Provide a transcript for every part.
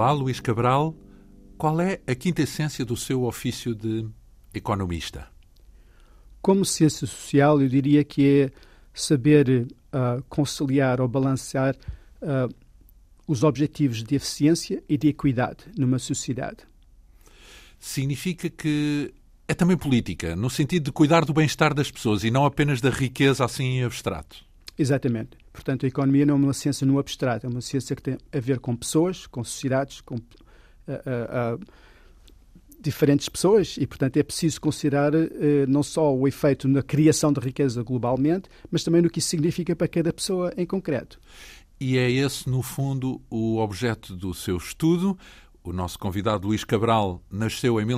Olá, Luís Cabral. Qual é a quinta essência do seu ofício de economista? Como ciência social, eu diria que é saber conciliar ou balancear os objetivos de eficiência e de equidade numa sociedade. Significa que é também política, no sentido de cuidar do bem-estar das pessoas e não apenas da riqueza assim em abstrato. Exatamente. Portanto, a economia não é uma ciência no abstrato, é uma ciência que tem a ver com pessoas, com sociedades, com diferentes pessoas e, portanto, é preciso considerar não só o efeito na criação de riqueza globalmente, mas também no que isso significa para cada pessoa em concreto. E é esse, no fundo, o objeto do seu estudo. O nosso convidado, Luís Cabral, nasceu em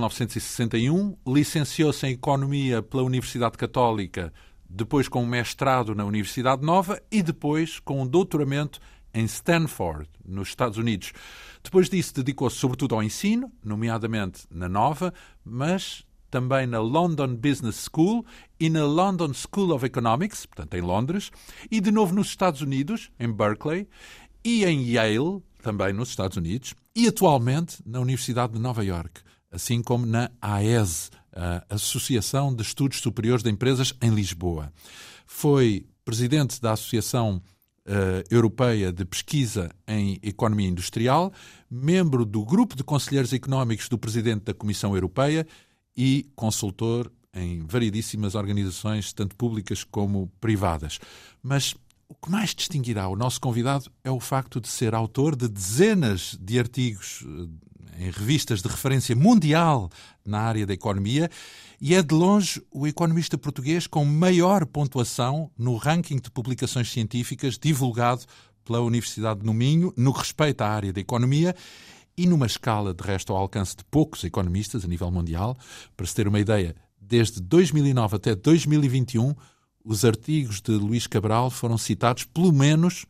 1961, licenciou-se em Economia pela Universidade Católica, depois com um mestrado na Universidade Nova e depois com um doutoramento em Stanford, nos Estados Unidos. Depois disso, dedicou-se sobretudo ao ensino, nomeadamente na Nova, mas também na London Business School e na London School of Economics, portanto em Londres, e de novo nos Estados Unidos, em Berkeley, e em Yale, também nos Estados Unidos, e atualmente na Universidade de Nova Iorque, assim como na AES, a Associação de Estudos Superiores de Empresas, em Lisboa. Foi presidente da Associação Europeia de Pesquisa em Economia Industrial, membro do Grupo de Conselheiros Económicos do Presidente da Comissão Europeia e consultor em variedíssimas organizações, tanto públicas como privadas. Mas o que mais distinguirá o nosso convidado é o facto de ser autor de dezenas de artigos em revistas de referência mundial na área da economia e é de longe o economista português com maior pontuação no ranking de publicações científicas divulgado pela Universidade do Minho no que respeita à área da economia e numa escala, de resto, ao alcance de poucos economistas a nível mundial. Para se ter uma ideia, desde 2009 até 2021, os artigos de Luís Cabral foram citados pelo menos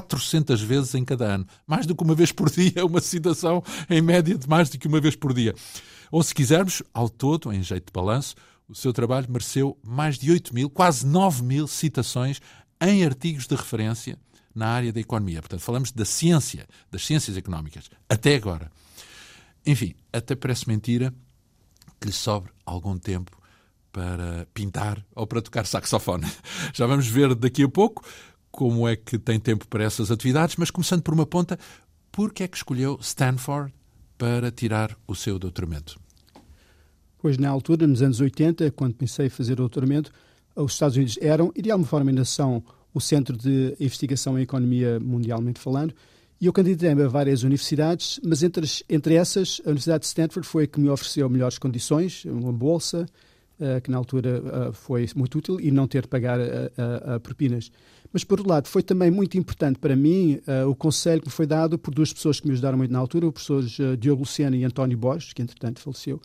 400 vezes em cada ano. Mais do que uma vez por dia, uma citação em média de mais do que uma vez por dia. Ou, se quisermos, ao todo, em jeito de balanço, o seu trabalho mereceu mais de 8.000, quase 9.000 citações em artigos de referência na área da economia. Portanto, falamos da ciência, das ciências económicas, até agora. Enfim, até parece mentira que lhe sobre algum tempo para pintar ou para tocar saxofone. Já vamos ver daqui a pouco como é que tem tempo para essas atividades, mas começando por uma ponta, por que é que escolheu Stanford para tirar o seu doutoramento? Pois, na altura, nos anos 80, quando comecei a fazer doutoramento, os Estados Unidos eram, e de alguma forma ainda são, o centro de investigação em economia mundialmente falando, e eu candidatei-me a várias universidades, mas entre essas, a Universidade de Stanford foi a que me ofereceu melhores condições, uma bolsa, que na altura foi muito útil, e não ter de pagar propinas. Mas, por outro lado, foi também muito importante para mim o conselho que me foi dado por duas pessoas que me ajudaram muito na altura, os professores Diogo Luciano e António Borges, que entretanto faleceu.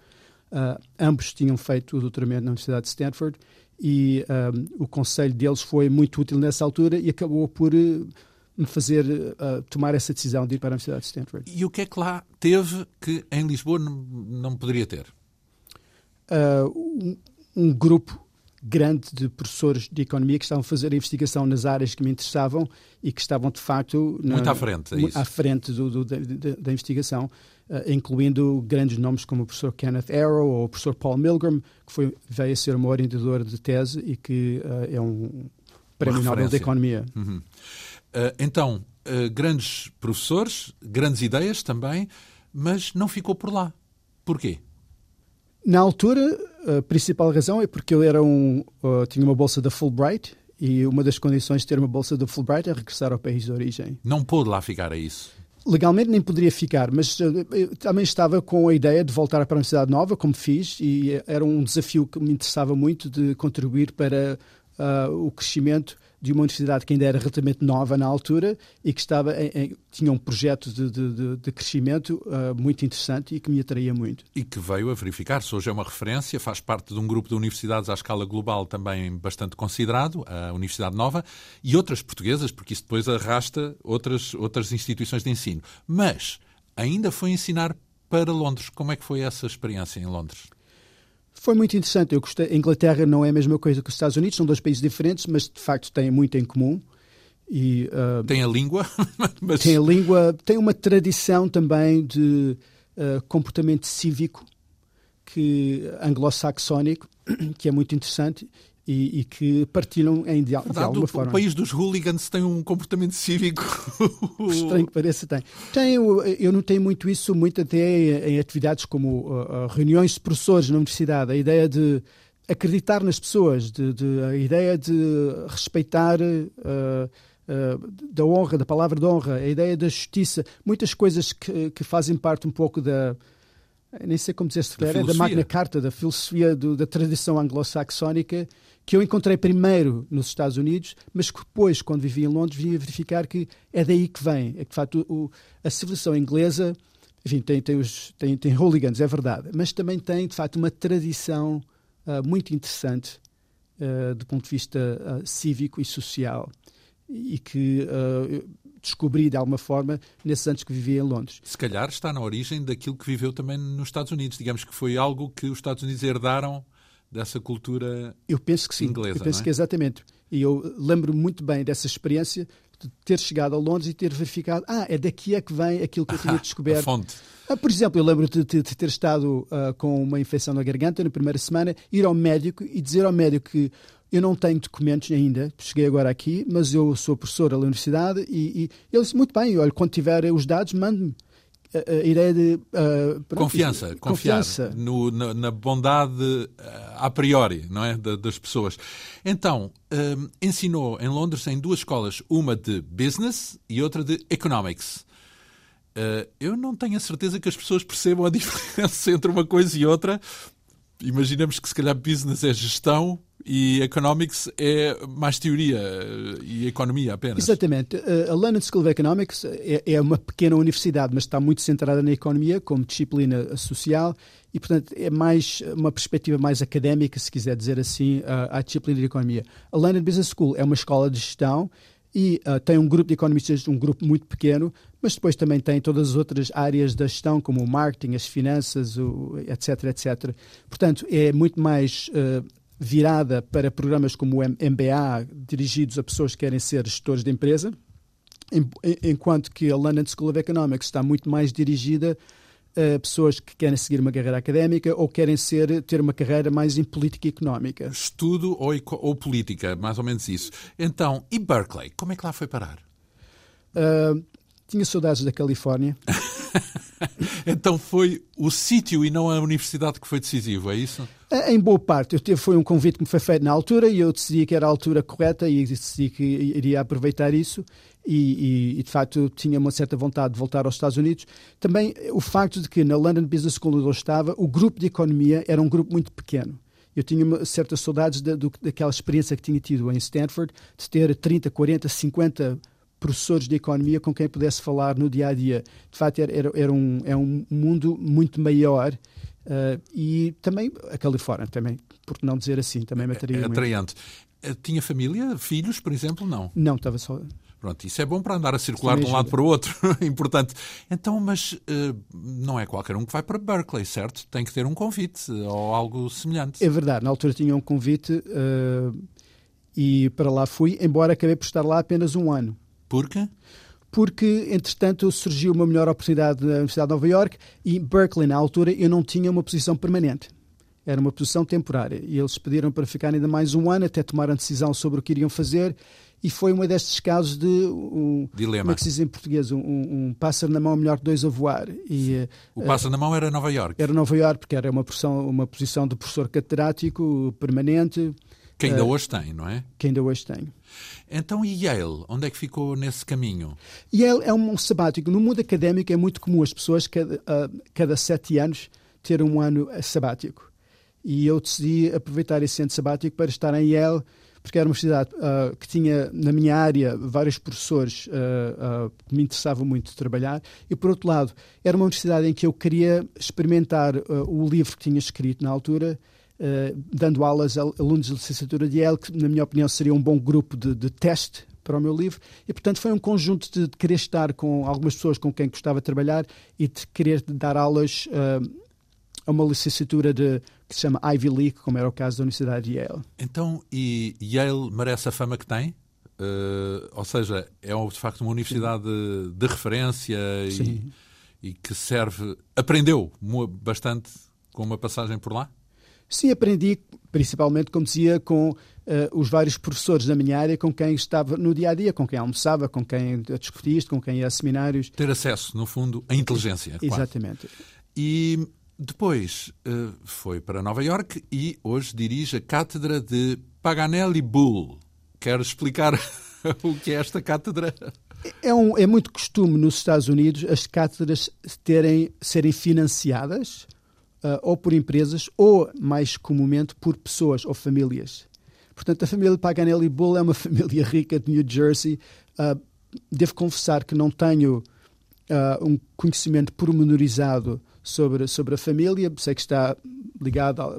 Ambos tinham feito o doutoramento na Universidade de Stanford e o conselho deles foi muito útil nessa altura e acabou por me fazer tomar essa decisão de ir para a Universidade de Stanford. E o que é que lá teve que em Lisboa não poderia ter? Um grupo grande de professores de economia que estavam a fazer a investigação nas áreas que me interessavam e que estavam, de facto, muito à frente, à frente da investigação, incluindo grandes nomes como o professor Kenneth Arrow ou o professor Paul Milgram, que veio a ser o meu orientador de tese e que é um prémio Nobel da Economia. Uhum. Então, grandes professores, grandes ideias também, mas não ficou por lá. Porquê? Na altura, a principal razão é porque eu tinha uma bolsa da Fulbright e uma das condições de ter uma bolsa da Fulbright é regressar ao país de origem. Não pôde lá ficar, é isso? Legalmente nem poderia ficar, mas eu também estava com a ideia de voltar para a Universidade Nova, como fiz, e era um desafio que me interessava muito de contribuir para o crescimento de uma universidade que ainda era relativamente nova na altura e que tinha um projeto de crescimento muito interessante e que me atraía muito. E que veio a verificar-se. Hoje é uma referência, faz parte de um grupo de universidades à escala global também bastante considerado, a Universidade Nova, e outras portuguesas, porque isso depois arrasta outras instituições de ensino. Mas ainda foi ensinar para Londres. Como é que foi essa experiência em Londres? Foi muito interessante. Eu gostei. A Inglaterra não é a mesma coisa que os Estados Unidos, são dois países diferentes, mas de facto têm muito em comum. E, tem a língua? Mas... Tem a língua, tem uma tradição também de comportamento cívico anglo-saxónico, que é muito interessante e que partilham de alguma forma. O país dos hooligans tem um comportamento cívico. Estranho que pareça, tem. Eu notei muito isso, muito até em atividades como reuniões de professores na universidade, a ideia de acreditar nas pessoas, a ideia de respeitar da honra, da palavra de honra, a ideia da justiça, muitas coisas que fazem parte um pouco nem sei como dizer-se, da Magna Carta, da filosofia da tradição anglo-saxónica, que eu encontrei primeiro nos Estados Unidos, mas que depois, quando vivi em Londres, vim a verificar que é daí que vem. É que, de facto, a civilização inglesa, enfim, tem hooligans, é verdade, mas também tem, de facto, uma tradição muito interessante do ponto de vista cívico e social, e que descobri de alguma forma nesses anos que vivia em Londres. Se calhar está na origem daquilo que viveu também nos Estados Unidos. Digamos que foi algo que os Estados Unidos herdaram dessa cultura. Eu penso que sim. Inglesa. Eu penso que exatamente. E eu lembro muito bem dessa experiência de ter chegado a Londres e ter verificado, é daqui é que vem aquilo que eu tinha descoberto. A fonte. Por exemplo, eu lembro de ter estado com uma infecção na garganta na primeira semana, ir ao médico e dizer ao médico que eu não tenho documentos ainda, cheguei agora aqui, mas eu sou professor da universidade e ele disse, muito bem, olha, quando tiver os dados, mande-me. A ideia de... Confiança. Na bondade a priori, não é? Das pessoas. Então, ensinou em Londres em duas escolas, uma de Business e outra de Economics. Eu não tenho a certeza que as pessoas percebam a diferença entre uma coisa e outra. Imaginamos que se calhar Business é gestão e Economics é mais teoria e economia apenas. Exatamente. A London School of Economics é uma pequena universidade, mas está muito centrada na economia como disciplina social e, portanto, é mais uma perspectiva mais académica, se quiser dizer assim, à disciplina de economia. A London Business School é uma escola de gestão e tem um grupo de economistas, um grupo muito pequeno, mas depois também tem todas as outras áreas da gestão, como o marketing, as finanças, etc, etc. Portanto, é muito mais virada para programas como o MBA, dirigidos a pessoas que querem ser gestores de empresa, enquanto que a London School of Economics está muito mais dirigida a pessoas que querem seguir uma carreira académica ou querem ter uma carreira mais em política económica. Estudo ou política, mais ou menos isso. Então, e Berkeley? Como é que lá foi parar? Tinha saudades da Califórnia. Então foi o sítio e não a universidade que foi decisivo, é isso? Em boa parte. Foi um convite que me foi feito na altura e eu decidi que era a altura correta e decidi que iria aproveitar isso e de facto tinha uma certa vontade de voltar aos Estados Unidos. Também o facto de que na London Business School onde eu estava, o grupo de economia era um grupo muito pequeno. Eu tinha certas saudades daquela experiência que tinha tido em Stanford, de ter 30, 40, 50 professores de economia com quem pudesse falar no dia-a-dia. De facto, é um mundo muito maior e também a Califórnia, também, por não dizer assim, também me atraía muito. Atraente. Tinha família? Filhos, por exemplo? Não? Não, estava só... Pronto, isso é bom para andar a circular de um lado para o outro, importante. Então, mas não é qualquer um que vai para Berkeley, certo? Tem que ter um convite ou algo semelhante. É verdade, na altura tinha um convite e para lá fui, embora acabei por estar lá apenas um ano. Por quê? Porque, entretanto, surgiu uma melhor oportunidade na Universidade de Nova Iorque e Berkeley, na altura, eu não tinha uma posição permanente. Era uma posição temporária. E eles pediram para ficar ainda mais um ano, até tomaram a decisão sobre o que iriam fazer. E foi um destes casos de dilema. Como é que se diz em português? Um pássaro na mão é melhor que dois a voar. E, o pássaro na mão era Nova Iorque? Era Nova Iorque, porque era uma posição de professor catedrático permanente. Que ainda hoje tem, não é? Que ainda hoje tem. Então, e Yale? Onde é que ficou nesse caminho? Yale é um sabático. No mundo académico é muito comum as pessoas, cada 7 anos, ter um ano sabático. E eu decidi aproveitar esse ano sabático para estar em Yale, porque era uma universidade que tinha, na minha área, vários professores que me interessavam muito de trabalhar. E, por outro lado, era uma universidade em que eu queria experimentar o livro que tinha escrito na altura, dando aulas a alunos de licenciatura de Yale, que, na minha opinião, seria um bom grupo de teste para o meu livro. E, portanto, foi um conjunto de querer estar com algumas pessoas com quem gostava de trabalhar e de querer dar aulas a uma licenciatura que se chama Ivy League, como era o caso da Universidade de Yale. Então, e Yale merece a fama que tem? Ou seja, é de facto uma universidade de referência e que aprendeu bastante com uma passagem por lá? Sim, aprendi principalmente, como dizia, com os vários professores da minha área com quem estava no dia-a-dia, com quem almoçava, com quem discutia isto, com quem ia a seminários. Ter acesso, no fundo, à inteligência. Exatamente. Claro. E depois foi para Nova Iorque e hoje dirige a cátedra de Paganelli Bull. Quer explicar o que é esta cátedra? É muito costume nos Estados Unidos as cátedras serem financiadas ou por empresas ou, mais comumente, por pessoas ou famílias. Portanto, a família Paganelli Bull é uma família rica de New Jersey. Devo confessar que não tenho um conhecimento pormenorizado sobre a família. Sei que está ligado à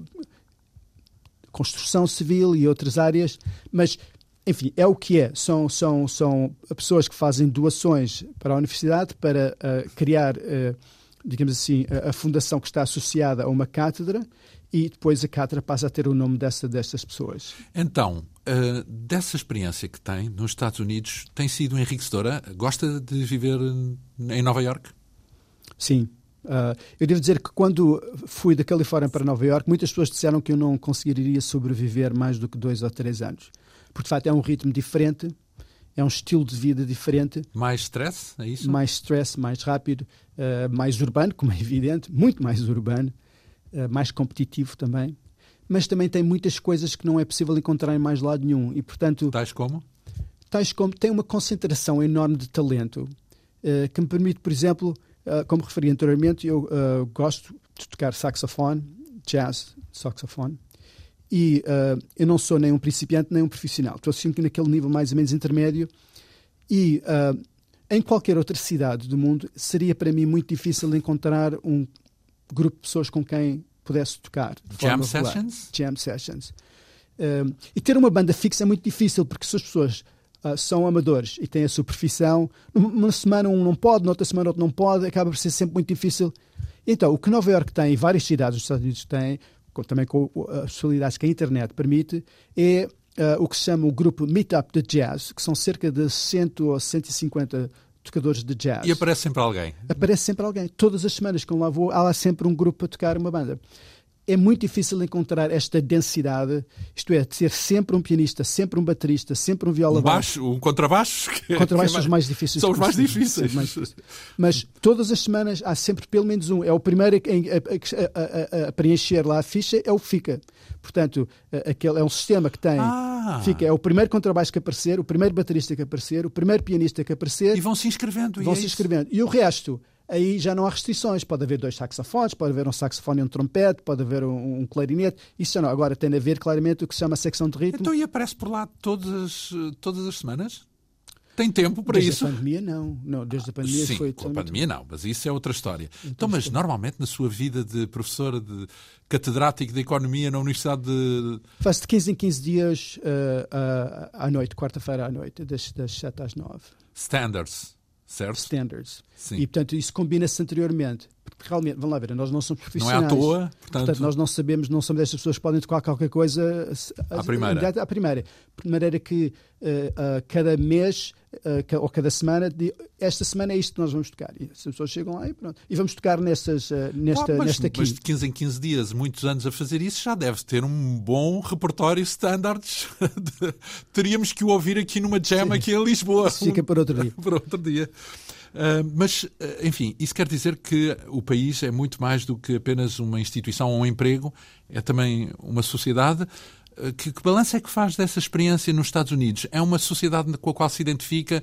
construção civil e outras áreas, mas, enfim, é o que é. São pessoas que fazem doações para a universidade para criar, digamos assim, a fundação que está associada a uma cátedra e depois a cátedra passa a ter o nome destas pessoas. Então, dessa experiência que tem nos Estados Unidos, tem sido enriquecedora? Gosta de viver em Nova Iorque? Sim. Eu devo dizer que quando fui da Califórnia para Nova Iorque, muitas pessoas disseram que eu não conseguiria sobreviver mais do que 2 ou 3 anos. Porque, de facto, é um ritmo diferente, é um estilo de vida diferente. Mais stress, é isso? Mais stress, mais rápido, mais urbano, como é evidente, muito mais urbano, mais competitivo também. Mas também tem muitas coisas que não é possível encontrar em mais lado nenhum. E, portanto, Tais como tem uma concentração enorme de talento que me permite, por exemplo, como referi anteriormente, eu gosto de tocar saxofone, jazz, saxofone, e eu não sou nem um principiante nem um profissional. Estou sempre naquele nível mais ou menos intermédio e em qualquer outra cidade do mundo seria para mim muito difícil encontrar um grupo de pessoas com quem pudesse tocar. Jam sessions? Jam sessions. E ter uma banda fixa é muito difícil porque se as pessoas são amadores e têm a sua profissão, uma semana um não pode, noutra semana outro não pode, acaba por ser sempre muito difícil. Então, o que Nova Iorque tem e várias cidades dos Estados Unidos têm, também com as possibilidades que a internet permite, é o que se chama o grupo Meetup de Jazz, que são cerca de 100 ou 150 tocadores de jazz. E aparece sempre alguém? Aparece sempre alguém. Todas as semanas que eu lá vou, há lá sempre um grupo para tocar uma banda. É muito difícil encontrar esta densidade, isto é, de ser sempre um pianista, sempre um baterista, sempre um viola-baixo. Um contrabaixo? Contrabaixos são os mais difíceis. São os mais difíceis. Mas todas as semanas há sempre pelo menos um. É o primeiro a preencher lá a ficha, é o que fica. Portanto, aquele é um sistema que tem... Fica, é o primeiro contrabaixo que aparecer, o primeiro baterista que aparecer, o primeiro pianista que aparecer. E vão-se inscrevendo. E o resto... Aí já não há restrições. Pode haver 2 saxofones, pode haver um saxofone e um trompete, pode haver um clarinete. Isso já não. Agora tem a ver claramente o que se chama secção de ritmo. Então e aparece por lá todas as semanas? Tem tempo para desde isso? Desde a pandemia, não. Desde a pandemia Sim, foi... com a pandemia não, mas isso é outra história. Então, mas normalmente na sua vida de professor, de catedrático de Economia na Universidade de... Faço de 15 em 15 dias à noite, quarta-feira à noite, das 7 às 9. Standards. Certo? Standards. Sim. E, portanto, isso combina-se anteriormente. Porque realmente, vamos lá ver, nós não somos profissionais. Não é à toa. Portanto nós não sabemos, não somos destas pessoas que podem tocar qualquer coisa à primeira. De maneira que cada mês ou cada semana, esta semana é isto que nós vamos tocar. E as pessoas chegam lá e pronto. E vamos tocar nesta aqui. Mas de 15 em 15 dias, muitos anos a fazer isso, já deve ter um bom repertório standards. Teríamos que o ouvir aqui numa jam aqui em Lisboa. Isso fica para outro dia. Para outro dia. Mas, enfim, isso quer dizer que o país é muito mais do que apenas uma instituição ou um emprego, é também uma sociedade. Que balanço é que faz dessa experiência nos Estados Unidos? É uma sociedade com a qual se identifica?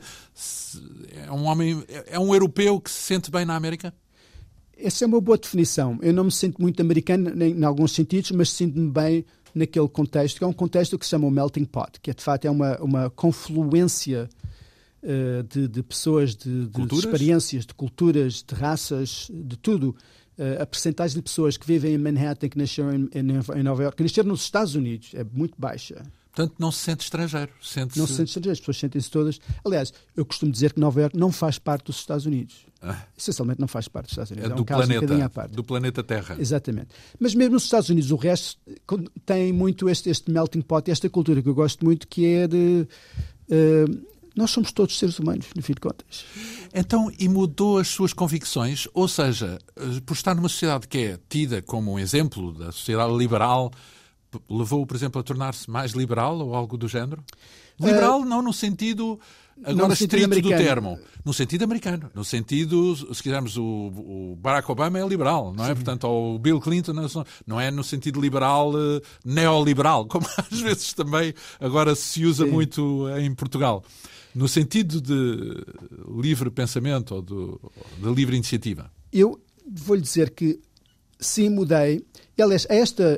É um europeu que se sente bem na América? Essa é uma boa definição. Eu não me sinto muito americano em alguns sentidos, mas sinto-me bem naquele contexto, que é um contexto que se chama o melting pot, que de facto é uma confluência de pessoas, de experiências, de culturas, de raças, de tudo. A percentagem de pessoas que vivem em Manhattan, que nasceram em Nova Iorque, que nasceram nos Estados Unidos, é muito baixa. Portanto, não se sente estrangeiro. Não se sente estrangeiro, as pessoas sentem-se todas... Aliás, eu costumo dizer que Nova Iorque não faz parte dos Estados Unidos. Essencialmente não faz parte dos Estados Unidos. É do planeta, do planeta Terra. Exatamente. Mas mesmo nos Estados Unidos, o resto tem muito este melting pot, esta cultura que eu gosto muito, que é de Nós somos todos seres humanos, no fim de contas. Então, e mudou as suas convicções? Ou seja, por estar numa sociedade que é tida como um exemplo da sociedade liberal, levou-o, por exemplo, a tornar-se mais liberal ou algo do género? Liberal não no sentido agora estrito do termo, no sentido americano, no sentido, se quisermos, o Barack Obama é liberal, não é? Sim. Portanto, ou o Bill Clinton não é no sentido liberal, neoliberal, como às vezes também agora se usa muito em Portugal. No sentido de livre pensamento ou de livre iniciativa. Eu vou-lhe dizer que sim, mudei. E, aliás, esta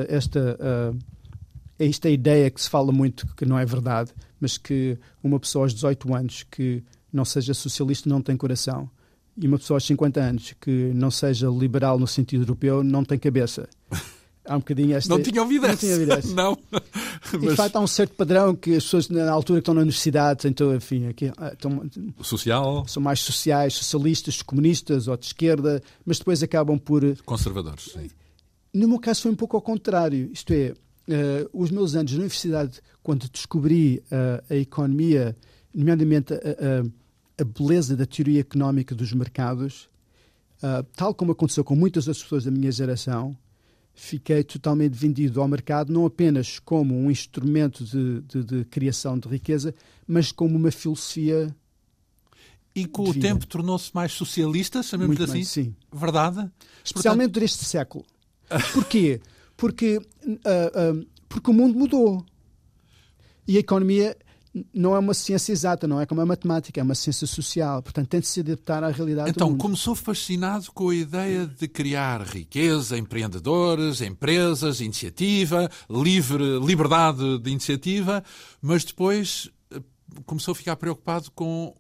ideia que se fala muito, que não é verdade, mas que uma pessoa aos 18 anos que não seja socialista não tem coração, e uma pessoa aos 50 anos que não seja liberal no sentido europeu não tem cabeça. Há um bocadinho esta... Não tinha ouvido essa. Não. Mas... De facto, há um certo padrão que as pessoas, na altura que estão na universidade, então, enfim, social. São mais sociais, socialistas, comunistas ou de esquerda, mas depois acabam por... Conservadores, sim. No meu caso foi um pouco ao contrário. Isto é, os meus anos na universidade, quando descobri a economia, nomeadamente a beleza da teoria económica dos mercados, tal como aconteceu com muitas outras pessoas da minha geração, fiquei totalmente vendido ao mercado, não apenas como um instrumento de criação de riqueza, mas como uma filosofia. E com o tempo tornou-se mais socialista, chamemos assim? Mais, sim. Verdade? Especialmente durante este século. Porquê? Porque o mundo mudou. E a economia não é uma ciência exata, não é como a matemática, é uma ciência social. Portanto, tem de se adaptar à realidade do mundo. Então, começou fascinado com a ideia de criar riqueza, empreendedores, empresas, iniciativa, liberdade de iniciativa, mas depois começou a ficar preocupado com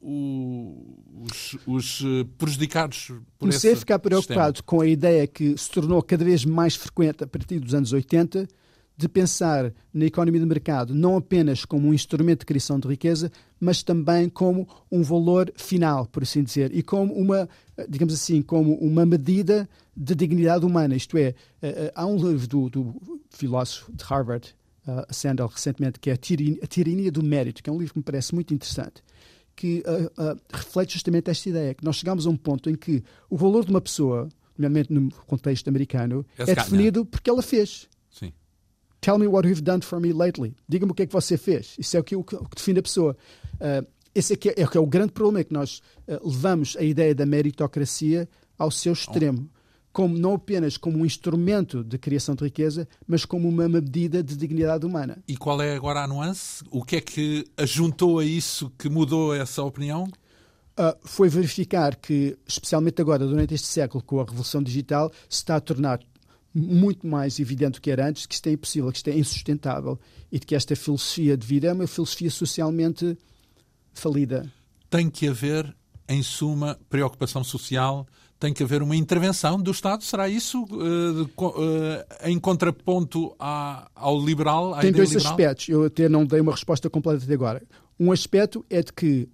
os prejudicados por Comecei esse a ficar preocupado sistema. Com a ideia que se tornou cada vez mais frequente a partir dos anos 80, de pensar na economia de mercado não apenas como um instrumento de criação de riqueza, mas também como um valor final, por assim dizer, e como uma, digamos assim, como uma medida de dignidade humana. Isto é, há um livro do filósofo de Harvard, Sandel, recentemente, que é A Tirania do Mérito, que é um livro que me parece muito interessante, que reflete justamente esta ideia, que nós chegamos a um ponto em que o valor de uma pessoa, nomeadamente no contexto americano, é definido porque ela fez. Sim. Tell me what you've done for me lately. Diga-me o que é que você fez. Isso é o que define a pessoa. Esse é que é o grande problema, é que nós levamos a ideia da meritocracia ao seu extremo. Não apenas como um instrumento de criação de riqueza, mas como uma medida de dignidade humana. E qual é agora a nuance? O que é que ajuntou a isso que mudou essa opinião? Foi verificar que, especialmente agora, durante este século, com a revolução digital, se está a tornar muito mais evidente do que era antes, que isto é impossível, que isto é insustentável e de que esta filosofia de vida é uma filosofia socialmente falida. Tem que haver, em suma, preocupação social, tem que haver uma intervenção do Estado. Será isso em contraponto ao liberal, à Tem ideia dois liberal? aspectos. Eu até não dei uma resposta completa até agora. Um aspecto é de que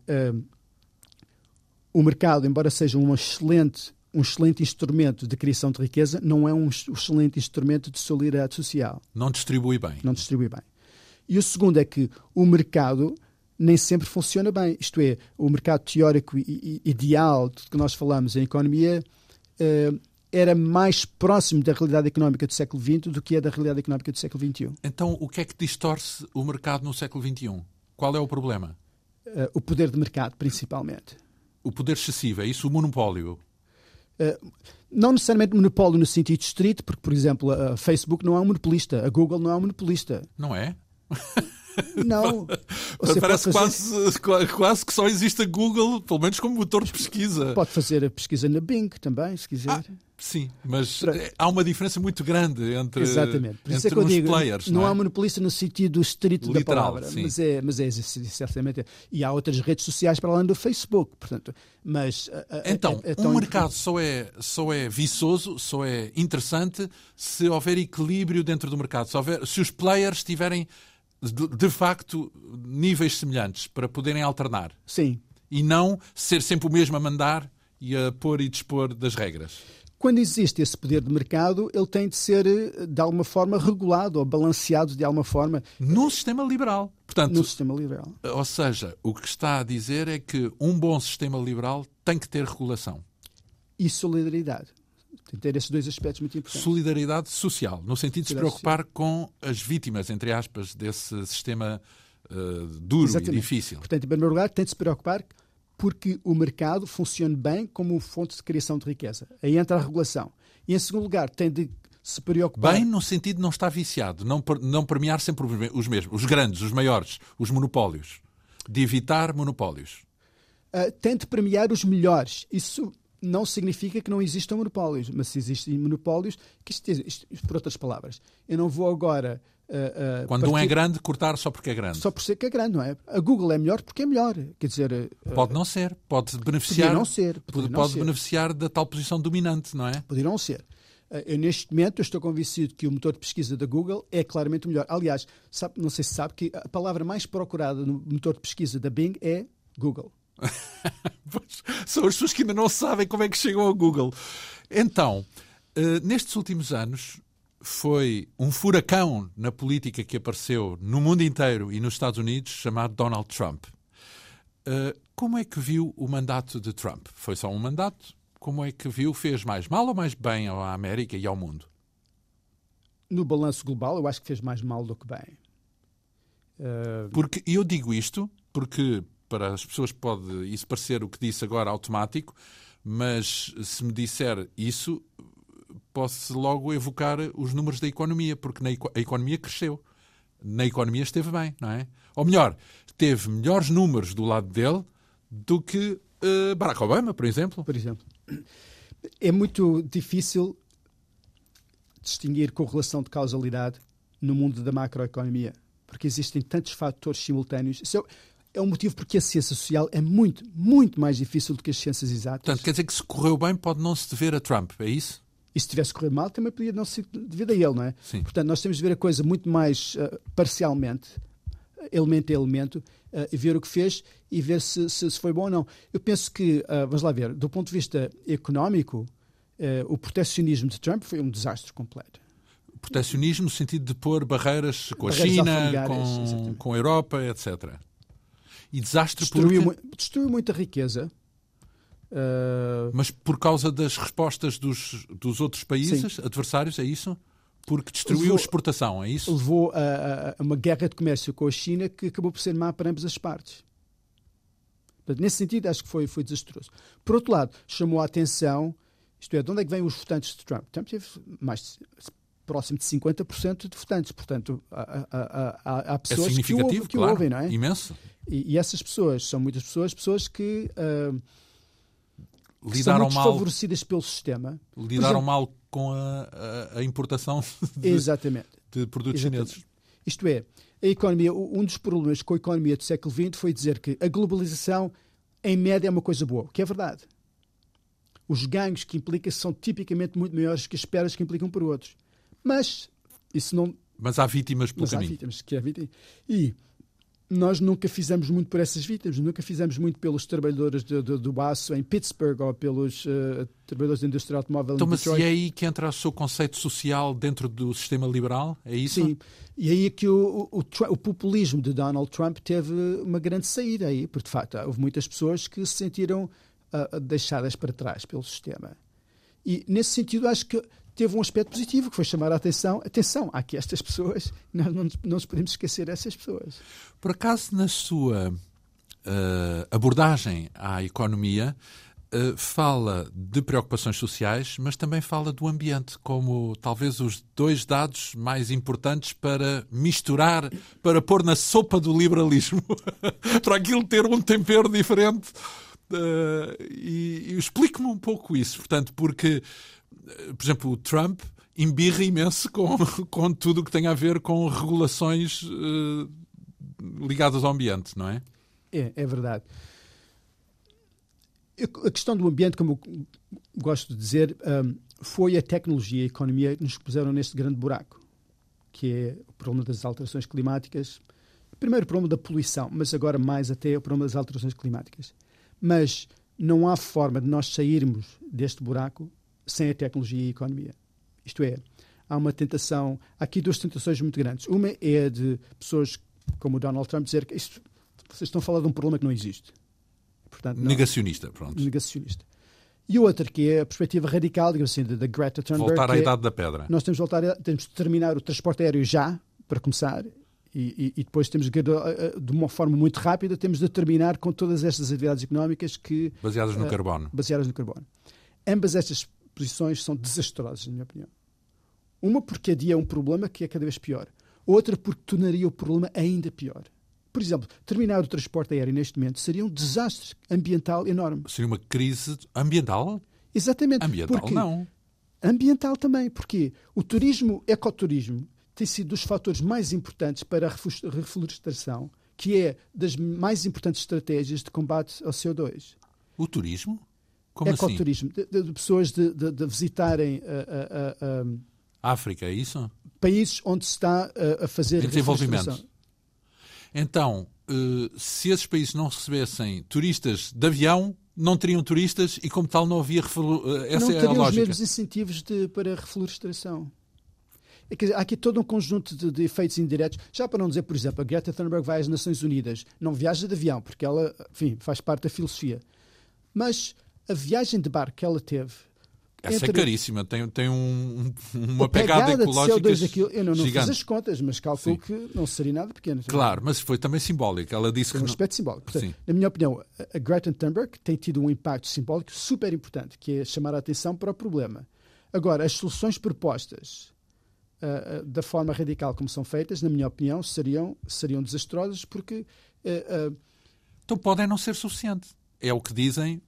o mercado, embora seja um excelente instrumento de criação de riqueza, não é um excelente instrumento de solidariedade social. Não distribui bem. Não distribui bem. E o segundo é que o mercado nem sempre funciona bem. Isto é, o mercado teórico e ideal de que nós falamos em economia era mais próximo da realidade económica do século XX do que é da realidade económica do século XXI. Então, o que é que distorce o mercado no século XXI? Qual é o problema? O poder de mercado, principalmente. O poder excessivo, é isso? O monopólio? Não necessariamente monopólio no sentido estrito, porque, por exemplo, a Facebook não é um monopolista, a Google não é um monopolista. Não é? Não. Parece quase que só existe a Google, pelo menos como motor de pesquisa. Pode fazer a pesquisa na Bing também, se quiser. Sim, mas há uma diferença muito grande entre, exatamente. Por isso entre é que eu digo, players. Não há monopolista no sentido estrito da palavra, sim. mas é certamente. E há outras redes sociais para além do Facebook, portanto. Mas então, um mercado só é viçoso, só é interessante se houver equilíbrio dentro do mercado, se os players tiverem de facto níveis semelhantes para poderem alternar. Sim. E não ser sempre o mesmo a mandar e a pôr e dispor das regras. Quando existe esse poder de mercado, ele tem de ser, de alguma forma, regulado ou balanceado de alguma forma. No sistema liberal. Portanto, no sistema liberal. Ou seja, o que está a dizer é que um bom sistema liberal tem que ter regulação. E solidariedade. Tem que ter esses dois aspectos muito importantes. Solidariedade social, no sentido de se preocupar com as vítimas, entre aspas, desse sistema duro. Exatamente. E difícil. Portanto, em primeiro lugar, tem de se preocupar porque o mercado funcione bem como fonte de criação de riqueza. Aí entra a regulação. E, em segundo lugar, tem de se preocupar... Bem no sentido de não estar viciado, não premiar sempre os mesmos, os grandes, os maiores, os monopólios. De evitar monopólios. Tem de premiar os melhores. Isso não significa que não existam monopólios, mas se existem monopólios, isto, por outras palavras, eu não vou agora... Quando um é grande, cortar só porque é grande. Só por ser que é grande, não é? A Google é melhor porque é melhor. Quer dizer... Pode não ser. Pode beneficiar... Podia não ser. Pode beneficiar da tal posição dominante, não é? Podia não ser. Eu, neste momento, estou convencido que o motor de pesquisa da Google é claramente o melhor. Aliás, não sei se sabe que a palavra mais procurada no motor de pesquisa da Bing é Google. Pois, são as pessoas que ainda não sabem como é que chegam ao Google. Então, nestes últimos anos, foi um furacão na política que apareceu no mundo inteiro e nos Estados Unidos, chamado Donald Trump. Como é que viu o mandato de Trump? Foi só um mandato? Como é que viu? Fez mais mal ou mais bem à América e ao mundo? No balanço global, eu acho que fez mais mal do que bem. Porque eu digo isto porque para as pessoas pode isso parecer o que disse agora automático, mas se me disser isso, posso logo evocar os números da economia, porque a economia cresceu. Na economia esteve bem, não é? Ou melhor, teve melhores números do lado dele do que Barack Obama, por exemplo. Por exemplo. É muito difícil distinguir correlação de causalidade no mundo da macroeconomia, porque existem tantos fatores simultâneos. Isso é um motivo porque a ciência social é muito, muito mais difícil do que as ciências exatas. Portanto, quer dizer que se correu bem pode não se dever a Trump, é isso? E se tivesse corrido mal, também podia não ser devido a ele, não é? Sim. Portanto, nós temos de ver a coisa muito mais parcialmente, elemento a elemento, e ver o que fez e ver se foi bom ou não. Eu penso que, vamos lá ver, do ponto de vista económico, o proteccionismo de Trump foi um desastre completo. Protecionismo no sentido de pôr barreiras com a China, com a Europa, etc. E desastre destruiu muita riqueza. Mas por causa das respostas dos outros países, sim, adversários, é isso? Porque destruiu a exportação, é isso? Levou a uma guerra de comércio com a China que acabou por ser má para ambas as partes. Portanto, nesse sentido, acho que foi desastroso. Por outro lado, chamou a atenção, isto é, de onde é que vêm os votantes de Trump? Trump teve próximo de 50% de votantes. Portanto, há pessoas que o ouvem, não é? Imenso. E essas pessoas são muitas pessoas que... lidaram são muito desfavorecidas pelo sistema. Lidaram mal com a importação de produtos chineses. Isto é, a economia, um dos problemas com a economia do século XX foi dizer que a globalização, em média, é uma coisa boa, que é verdade. Os ganhos que implica são tipicamente muito maiores que as perdas que implicam por outros. Mas isso não... Mas há vítimas pelo caminho. Há vítimas, que é vítima. E nós nunca fizemos muito por essas vítimas, nunca fizemos muito pelos trabalhadores do aço em Pittsburgh ou pelos trabalhadores da indústria automóvel então, em Detroit. Mas e é aí que entra o seu conceito social dentro do sistema liberal? É isso? Sim. E aí é que o populismo de Donald Trump teve uma grande saída aí, porque de facto houve muitas pessoas que se sentiram deixadas para trás pelo sistema. E nesse sentido acho que teve um aspecto positivo, que foi chamar a atenção. Atenção, há aqui estas pessoas, nós não nos podemos esquecer dessas pessoas. Por acaso, na sua abordagem à economia, fala de preocupações sociais, mas também fala do ambiente, como talvez os dois dados mais importantes para misturar, para pôr na sopa do liberalismo, para aquilo ter um tempero diferente. E explique-me um pouco isso, portanto, porque... Por exemplo, o Trump embirra imenso com tudo o que tem a ver com regulações ligadas ao ambiente, não é? É verdade. A questão do ambiente, como eu gosto de dizer, foi a tecnologia e a economia que nos puseram neste grande buraco, que é o problema das alterações climáticas. Primeiro o problema da poluição, mas agora mais até o problema das alterações climáticas. Mas não há forma de nós sairmos deste buraco sem a tecnologia e a economia. Isto é, há uma tentação, há aqui duas tentações muito grandes. Uma é de pessoas como o Donald Trump dizer que vocês estão a falar de um problema que não existe. Portanto, não, negacionista, pronto. Negacionista. E outra que é a perspectiva radical, digamos assim, da Greta Thunberg. Voltar à idade da pedra. Nós temos de terminar o transporte aéreo já, para começar, e depois temos de uma forma muito rápida, temos de terminar com todas estas atividades económicas que... Baseadas no carbono. Baseadas no carbono. Ambas estas posições são desastrosas, na minha opinião. Uma porque adia um problema que é cada vez pior. Outra porque tornaria o problema ainda pior. Por exemplo, terminar o transporte aéreo neste momento seria um desastre ambiental enorme. Seria uma crise ambiental? Exatamente. Ambiental não. Ambiental também, porque o turismo, ecoturismo, tem sido dos fatores mais importantes para a reflorestação, que é das mais importantes estratégias de combate ao CO2. O turismo? Como ecoturismo, assim? De pessoas de visitarem a África, é isso? Países onde se está a fazer desenvolvimento. Então, se esses países não recebessem turistas de avião, não teriam turistas e, como tal, não havia essa não é a lógica. Não teriam os mesmos incentivos para a reflorestação. Há aqui todo um conjunto de efeitos indiretos. Já para não dizer, por exemplo, a Greta Thunberg vai às Nações Unidas, não viaja de avião, porque ela, enfim, faz parte da filosofia. Mas a viagem de barco que ela teve... Essa é caríssima, tem uma pegada ecológica de CO2 daquilo, eu não fiz as contas, mas calculo Sim. que não seria nada pequeno. Claro, mas foi também simbólico. Ela disse foi que um aspecto simbólico. Portanto, na minha opinião, a Greta Thunberg tem tido um impacto simbólico super importante, que é chamar a atenção para o problema. Agora, as soluções propostas da forma radical como são feitas, na minha opinião, seriam desastrosas porque... Então podem não ser suficientes. É o que dizem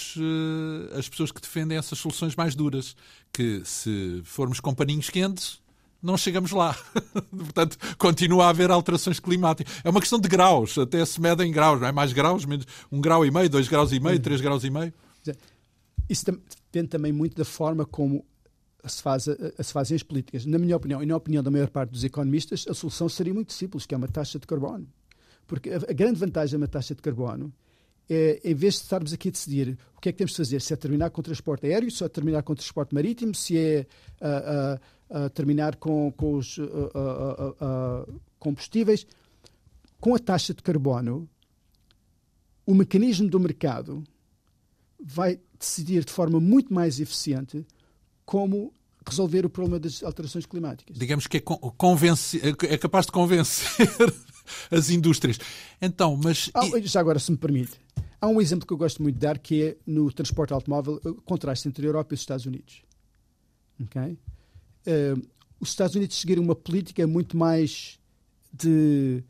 as pessoas que defendem essas soluções mais duras, que se formos com paninhos quentes, não chegamos lá. Portanto, continua a haver alterações climáticas. É uma questão de graus, até se medem em graus, não é? Mais graus, menos 1,5 graus, 2,5 graus, 3,5 graus. Isso depende também muito da forma como se fazem as políticas. Na minha opinião, e na opinião da maior parte dos economistas, a solução seria muito simples, que é uma taxa de carbono. Porque a grande vantagem de uma taxa de carbono é, em vez de estarmos aqui a decidir o que é que temos de fazer, se é terminar com o transporte aéreo, se é terminar com o transporte marítimo, se é terminar com os combustíveis, com a taxa de carbono, o mecanismo do mercado vai decidir de forma muito mais eficiente como resolver o problema das alterações climáticas. Digamos que é capaz de convencer as indústrias. Então, mas... Já agora, se me permite, há um exemplo que eu gosto muito de dar, que é no transporte automóvel, o contraste entre a Europa e os Estados Unidos. Okay? Os Estados Unidos seguiram uma política muito mais de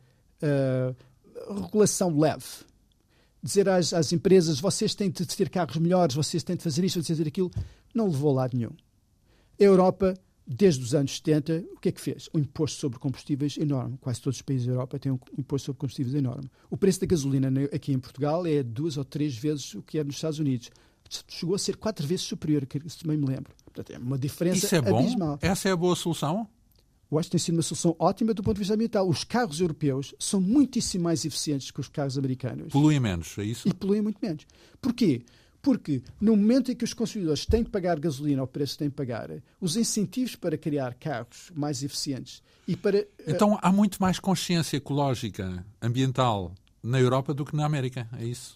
regulação leve. Dizer às empresas, vocês têm de ter carros melhores, vocês têm de fazer isto, fazer aquilo, não levou a lado nenhum. A Europa, desde os anos 70, o que é que fez? Um imposto sobre combustíveis enorme. Quase todos os países da Europa têm um imposto sobre combustíveis enorme. O preço da gasolina aqui em Portugal é 2 ou 3 vezes o que é nos Estados Unidos. Chegou a ser 4 vezes superior, que isso também me lembro. Portanto, é uma diferença isso é bom? abismal. Essa é a boa solução? Eu acho que tem sido uma solução ótima do ponto de vista ambiental. Os carros europeus são muitíssimo mais eficientes que os carros americanos. Poluem menos, é isso? E poluem muito menos. Porquê? Porque no momento em que os consumidores têm de pagar gasolina ao preço que têm de pagar, os incentivos para criar carros mais eficientes e para... Então há muito mais consciência ecológica, ambiental, na Europa do que na América, é isso?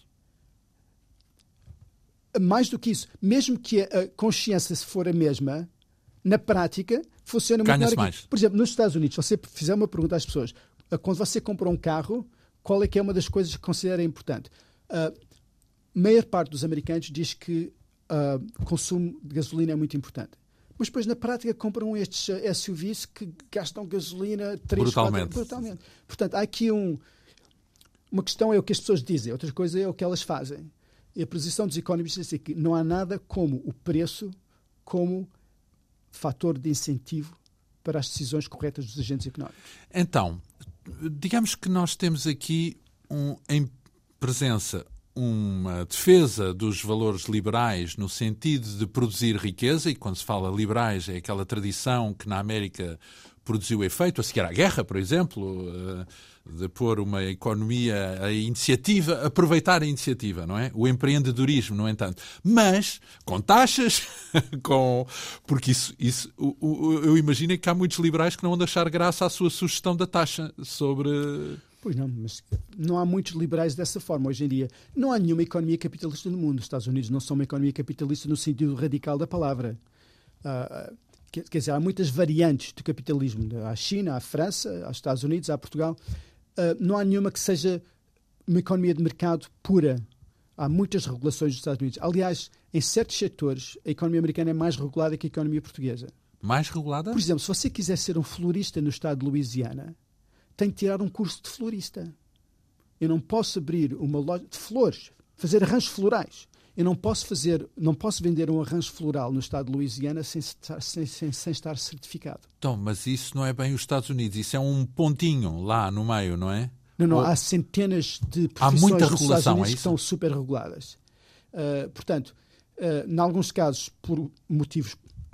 Mais do que isso. Mesmo que a consciência se for a mesma, na prática, funciona muito melhor aqui. Mais. Por exemplo, nos Estados Unidos, se você fizer uma pergunta às pessoas, quando você compra um carro, qual é que é uma das coisas que considera importante? A maior parte dos americanos diz que o consumo de gasolina é muito importante. Mas depois, na prática, compram estes SUVs que gastam gasolina 3, 4... Brutalmente. Portanto, há aqui uma questão é o que as pessoas dizem, outra coisa é o que elas fazem. E a posição dos economistas é que não há nada como o preço como fator de incentivo para as decisões corretas dos agentes económicos. Então, digamos que nós temos aqui em presença uma defesa dos valores liberais no sentido de produzir riqueza, e quando se fala liberais é aquela tradição que na América produziu efeito, a seguir à guerra, por exemplo, de pôr uma economia, a iniciativa, aproveitar a iniciativa, não é? O empreendedorismo, no entanto. Mas com taxas, porque eu imagino que há muitos liberais que não vão deixar graça à sua sugestão da taxa sobre... Pois não, mas não há muitos liberais dessa forma hoje em dia. Não há nenhuma economia capitalista no mundo. Os Estados Unidos não são uma economia capitalista no sentido radical da palavra. Quer dizer, há muitas variantes do capitalismo. Há a China, há a França, há os Estados Unidos, há Portugal. Não há nenhuma que seja uma economia de mercado pura. Há muitas regulações dos Estados Unidos. Aliás, em certos setores, a economia americana é mais regulada que a economia portuguesa. Mais regulada? Por exemplo, se você quiser ser um florista no estado de Louisiana, tem que tirar um curso de florista. Eu não posso abrir uma loja de flores, fazer arranjos florais. Eu não posso vender um arranjo floral no estado de Louisiana sem estar certificado. Então, mas isso não é bem os Estados Unidos, isso é um pontinho lá no meio, não é? Não, há centenas de há profissões muita nos regulação, Estados Unidos é que estão super reguladas. Portanto, em alguns casos por motivos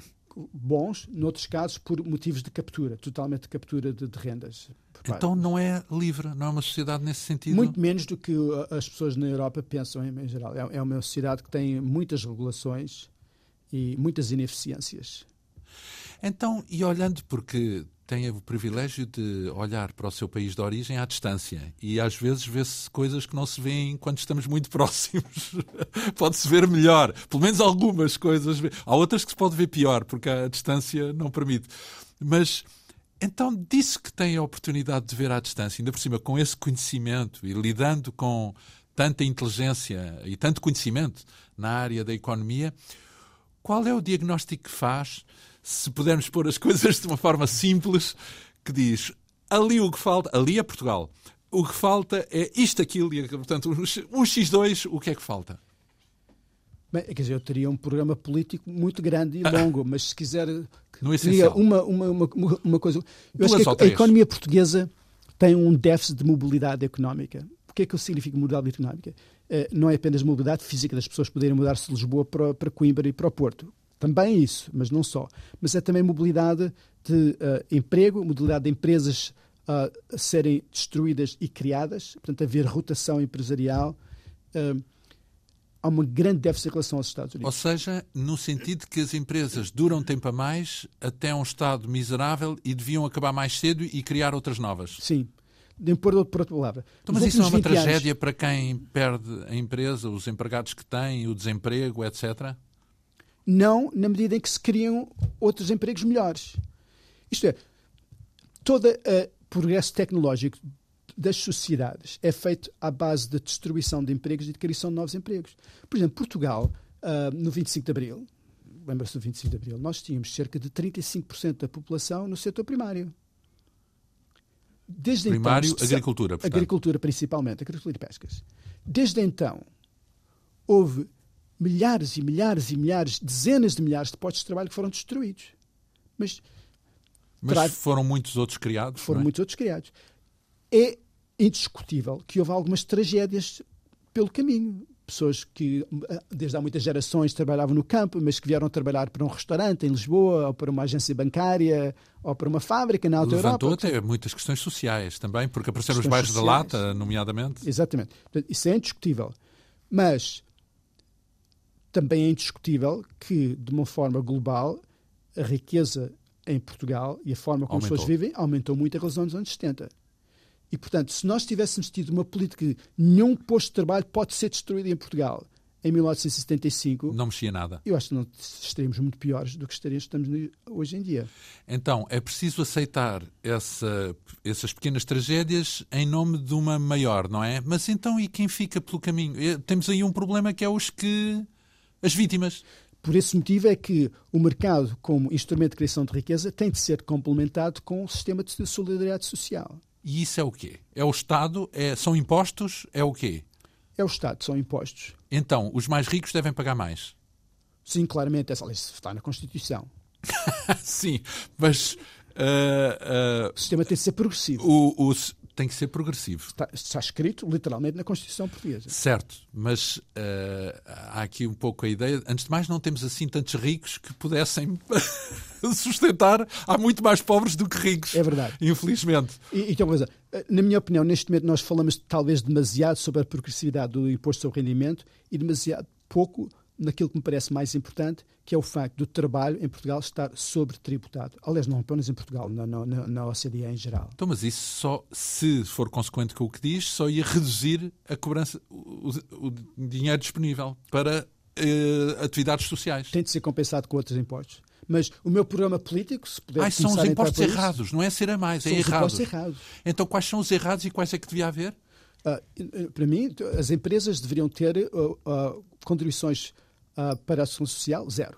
bons, noutros casos por motivos de captura, totalmente de captura de rendas. Então não é livre, não é uma sociedade nesse sentido? Muito menos do que as pessoas na Europa pensam em geral. É uma sociedade que tem muitas regulações e muitas ineficiências. Então, e olhando, porque tem o privilégio de olhar para o seu país de origem à distância e às vezes vê-se coisas que não se vêem quando estamos muito próximos. Pode-se ver melhor, pelo menos algumas coisas. Há outras que se pode ver pior, porque a distância não permite. Mas, então, disse que tem a oportunidade de ver à distância, ainda por cima com esse conhecimento e lidando com tanta inteligência e tanto conhecimento na área da economia, qual é o diagnóstico que faz, se pudermos pôr as coisas de uma forma simples, que diz, ali o que falta, ali é Portugal, o que falta é isto, aquilo, e, portanto, um X2, o que é que falta? Bem, quer dizer, eu teria um programa político muito grande e longo, mas se quiser... No essencial. Uma coisa... Eu acho que a economia portuguesa tem um déficit de mobilidade económica. O que é que significa mobilidade económica? Não é apenas mobilidade física das pessoas poderem mudar-se de Lisboa para Coimbra e para o Porto. Também isso, mas não só. Mas é também mobilidade de emprego, mobilidade de empresas a serem destruídas e criadas, portanto, haver rotação empresarial. Há uma grande déficit em relação aos Estados Unidos. Ou seja, no sentido que as empresas duram tempo a mais até um estado miserável e deviam acabar mais cedo e criar outras novas. Sim. De por outra palavra. Então, mas isso não é uma tragédia para quem perde a empresa, os empregados que têm, o desemprego, etc.? Não, na medida em que se criam outros empregos melhores. Isto é, todo o progresso tecnológico das sociedades é feito à base da destruição de empregos e de criação de novos empregos. Por exemplo, Portugal, no 25 de Abril, lembra-se do 25 de Abril, nós tínhamos cerca de 35% da população no setor primário. Desde primário, então, agricultura, portanto. Agricultura, principalmente, agricultura e pescas. Desde então, houve milhares e milhares e milhares, dezenas de milhares de postos de trabalho que foram destruídos. Mas foram muitos outros criados? Foram muitos outros criados. É indiscutível que houve algumas tragédias pelo caminho. Pessoas que, desde há muitas gerações, trabalhavam no campo, mas que vieram trabalhar para um restaurante em Lisboa, ou para uma agência bancária, ou para uma fábrica na Alta Europa. Levantou até muitas questões sociais também, porque apareceram os bairros da Lata, nomeadamente. Exatamente. Isso é indiscutível. Mas também é indiscutível que, de uma forma global, a riqueza em Portugal e a forma como as pessoas vivem aumentou muito em relação aos anos 70. E, portanto, se nós tivéssemos tido uma política de nenhum posto de trabalho pode ser destruído em Portugal em 1975... Não mexia nada. Eu acho que não estaríamos muito piores do que estamos hoje em dia. Então, é preciso aceitar essas pequenas tragédias em nome de uma maior, não é? Mas então, e quem fica pelo caminho? Temos aí um problema que é as vítimas. Por esse motivo é que o mercado, como instrumento de criação de riqueza, tem de ser complementado com um sistema de solidariedade social. E isso é o quê? É o Estado? São impostos? É o quê? É o Estado, são impostos. Então, os mais ricos devem pagar mais? Sim, claramente. Isso está na Constituição. Sim, mas... o sistema tem de ser progressivo. tem que ser progressivo. Está escrito literalmente na Constituição Portuguesa. Certo, mas há aqui um pouco a ideia... Antes de mais, não temos assim tantos ricos que pudessem sustentar. Há muito mais pobres do que ricos. É verdade. Infelizmente. E tem uma coisa. Na minha opinião, neste momento nós falamos talvez demasiado sobre a progressividade do imposto sobre rendimento e demasiado pouco naquilo que me parece mais importante, que é o facto do trabalho em Portugal estar sobretributado. Aliás, não apenas em Portugal, na OCDE em geral. Então, mas isso só, se for consequente com o que diz, só ia reduzir a cobrança, o dinheiro disponível para atividades sociais. Tem de ser compensado com outros impostos. Mas o meu programa político, se puder são os impostos errados, não é ser a mais, é errados. São os impostos errados. Então, quais são os errados e quais é que devia haver? Para mim, as empresas deveriam ter contribuições para a ação social zero.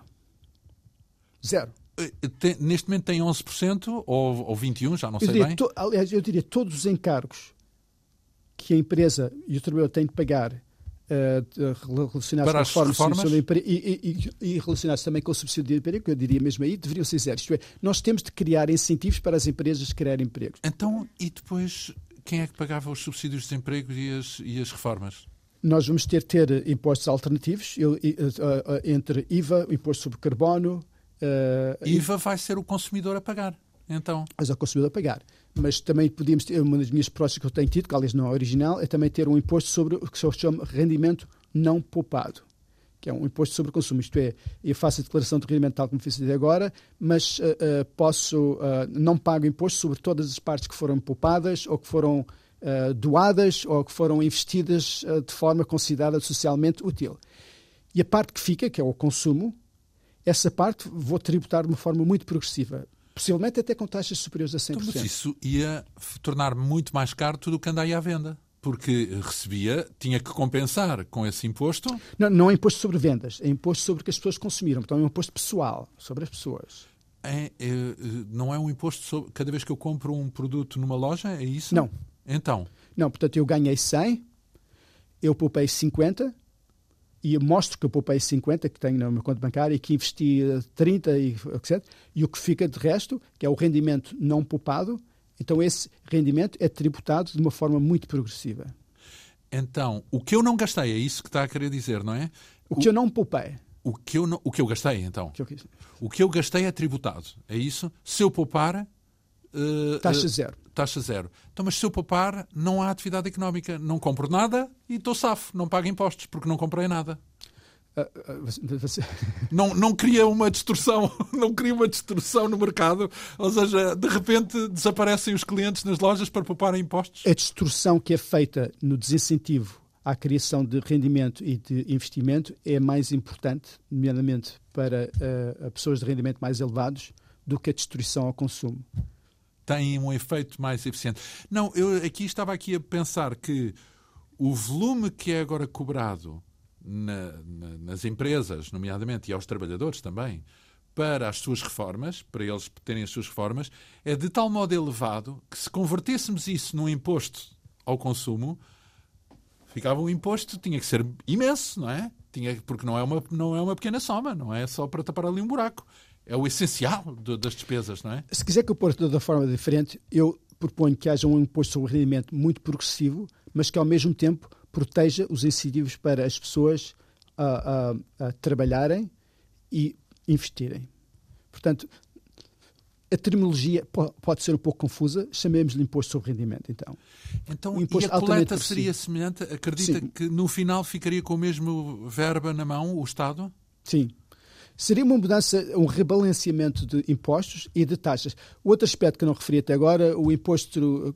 Neste momento tem 11% ou 21%, já não sei bem. Aliás, eu diria todos os encargos que a empresa e o trabalhador têm de pagar relacionados para com a reforma e relacionados também com o subsídio de emprego, que eu diria mesmo aí, deveriam ser zero. Isto é, nós temos de criar incentivos para as empresas criarem empregos. Então, e depois, quem é que pagava os subsídios de desemprego e as reformas? Nós vamos ter impostos alternativos, entre IVA, imposto sobre carbono... IVA vai ser o consumidor a pagar, então. Mas é o consumidor a pagar. Mas também podíamos ter, uma das minhas propostas que eu tenho tido, que aliás não é original, é também ter um imposto sobre o que se chama rendimento não poupado, que é um imposto sobre o consumo. Isto é, eu faço a declaração de rendimento tal como fiz até agora, mas não pago imposto sobre todas as partes que foram poupadas ou que foram doadas ou que foram investidas de forma considerada socialmente útil. E a parte que fica, que é o consumo, essa parte vou tributar de uma forma muito progressiva, possivelmente até com taxas superiores a 100%. Então, mas isso ia tornar muito mais caro tudo o que anda aí à venda, porque tinha que compensar com esse imposto. Não é imposto sobre vendas, é imposto sobre o que as pessoas consumiram, então é um imposto pessoal, sobre as pessoas. Não é um imposto sobre cada vez que eu compro um produto numa loja, é isso? Não. Então? Não, portanto eu ganhei 100, eu poupei 50, e eu mostro que eu poupei 50, que tenho na minha conta bancária, e que investi 30, etc. E o que fica de resto, que é o rendimento não poupado, então esse rendimento é tributado de uma forma muito progressiva. Então, o que eu não gastei, é isso que está a querer dizer, não é? O que eu não poupei. O que eu gastei, então? O que eu gastei é tributado, é isso? Se eu poupar... taxa zero. Taxa zero. Então, mas se eu poupar, não há atividade económica. Não compro nada e estou safo. Não pago impostos, porque não comprei nada. Não cria uma distorção. Não cria uma distorção no mercado. Ou seja, de repente desaparecem os clientes nas lojas para pouparem impostos. A distorção que é feita no desincentivo à criação de rendimento e de investimento é mais importante, nomeadamente para pessoas de rendimento mais elevados, do que a destruição ao consumo. Tem um efeito mais eficiente. Não, eu estava a pensar que o volume que é agora cobrado nas empresas, nomeadamente, e aos trabalhadores também, para as suas reformas, para eles terem as suas reformas, é de tal modo elevado que se convertêssemos isso num imposto ao consumo, ficava um imposto, tinha que ser imenso, não é? Porque não é uma pequena soma, não é só para tapar ali um buraco. É o essencial das despesas, não é? Se quiser que eu pôr de forma diferente, eu proponho que haja um imposto sobre rendimento muito progressivo, mas que ao mesmo tempo proteja os incentivos para as pessoas a trabalharem e investirem. Portanto, a terminologia pode ser um pouco confusa, chamemos-lhe imposto sobre rendimento, então. Então, e a coleta seria semelhante? Acredita Sim. que no final ficaria com o mesmo verba na mão, o Estado? Sim. Seria uma mudança, um rebalanceamento de impostos e de taxas. O outro aspecto que eu não referi até agora, o imposto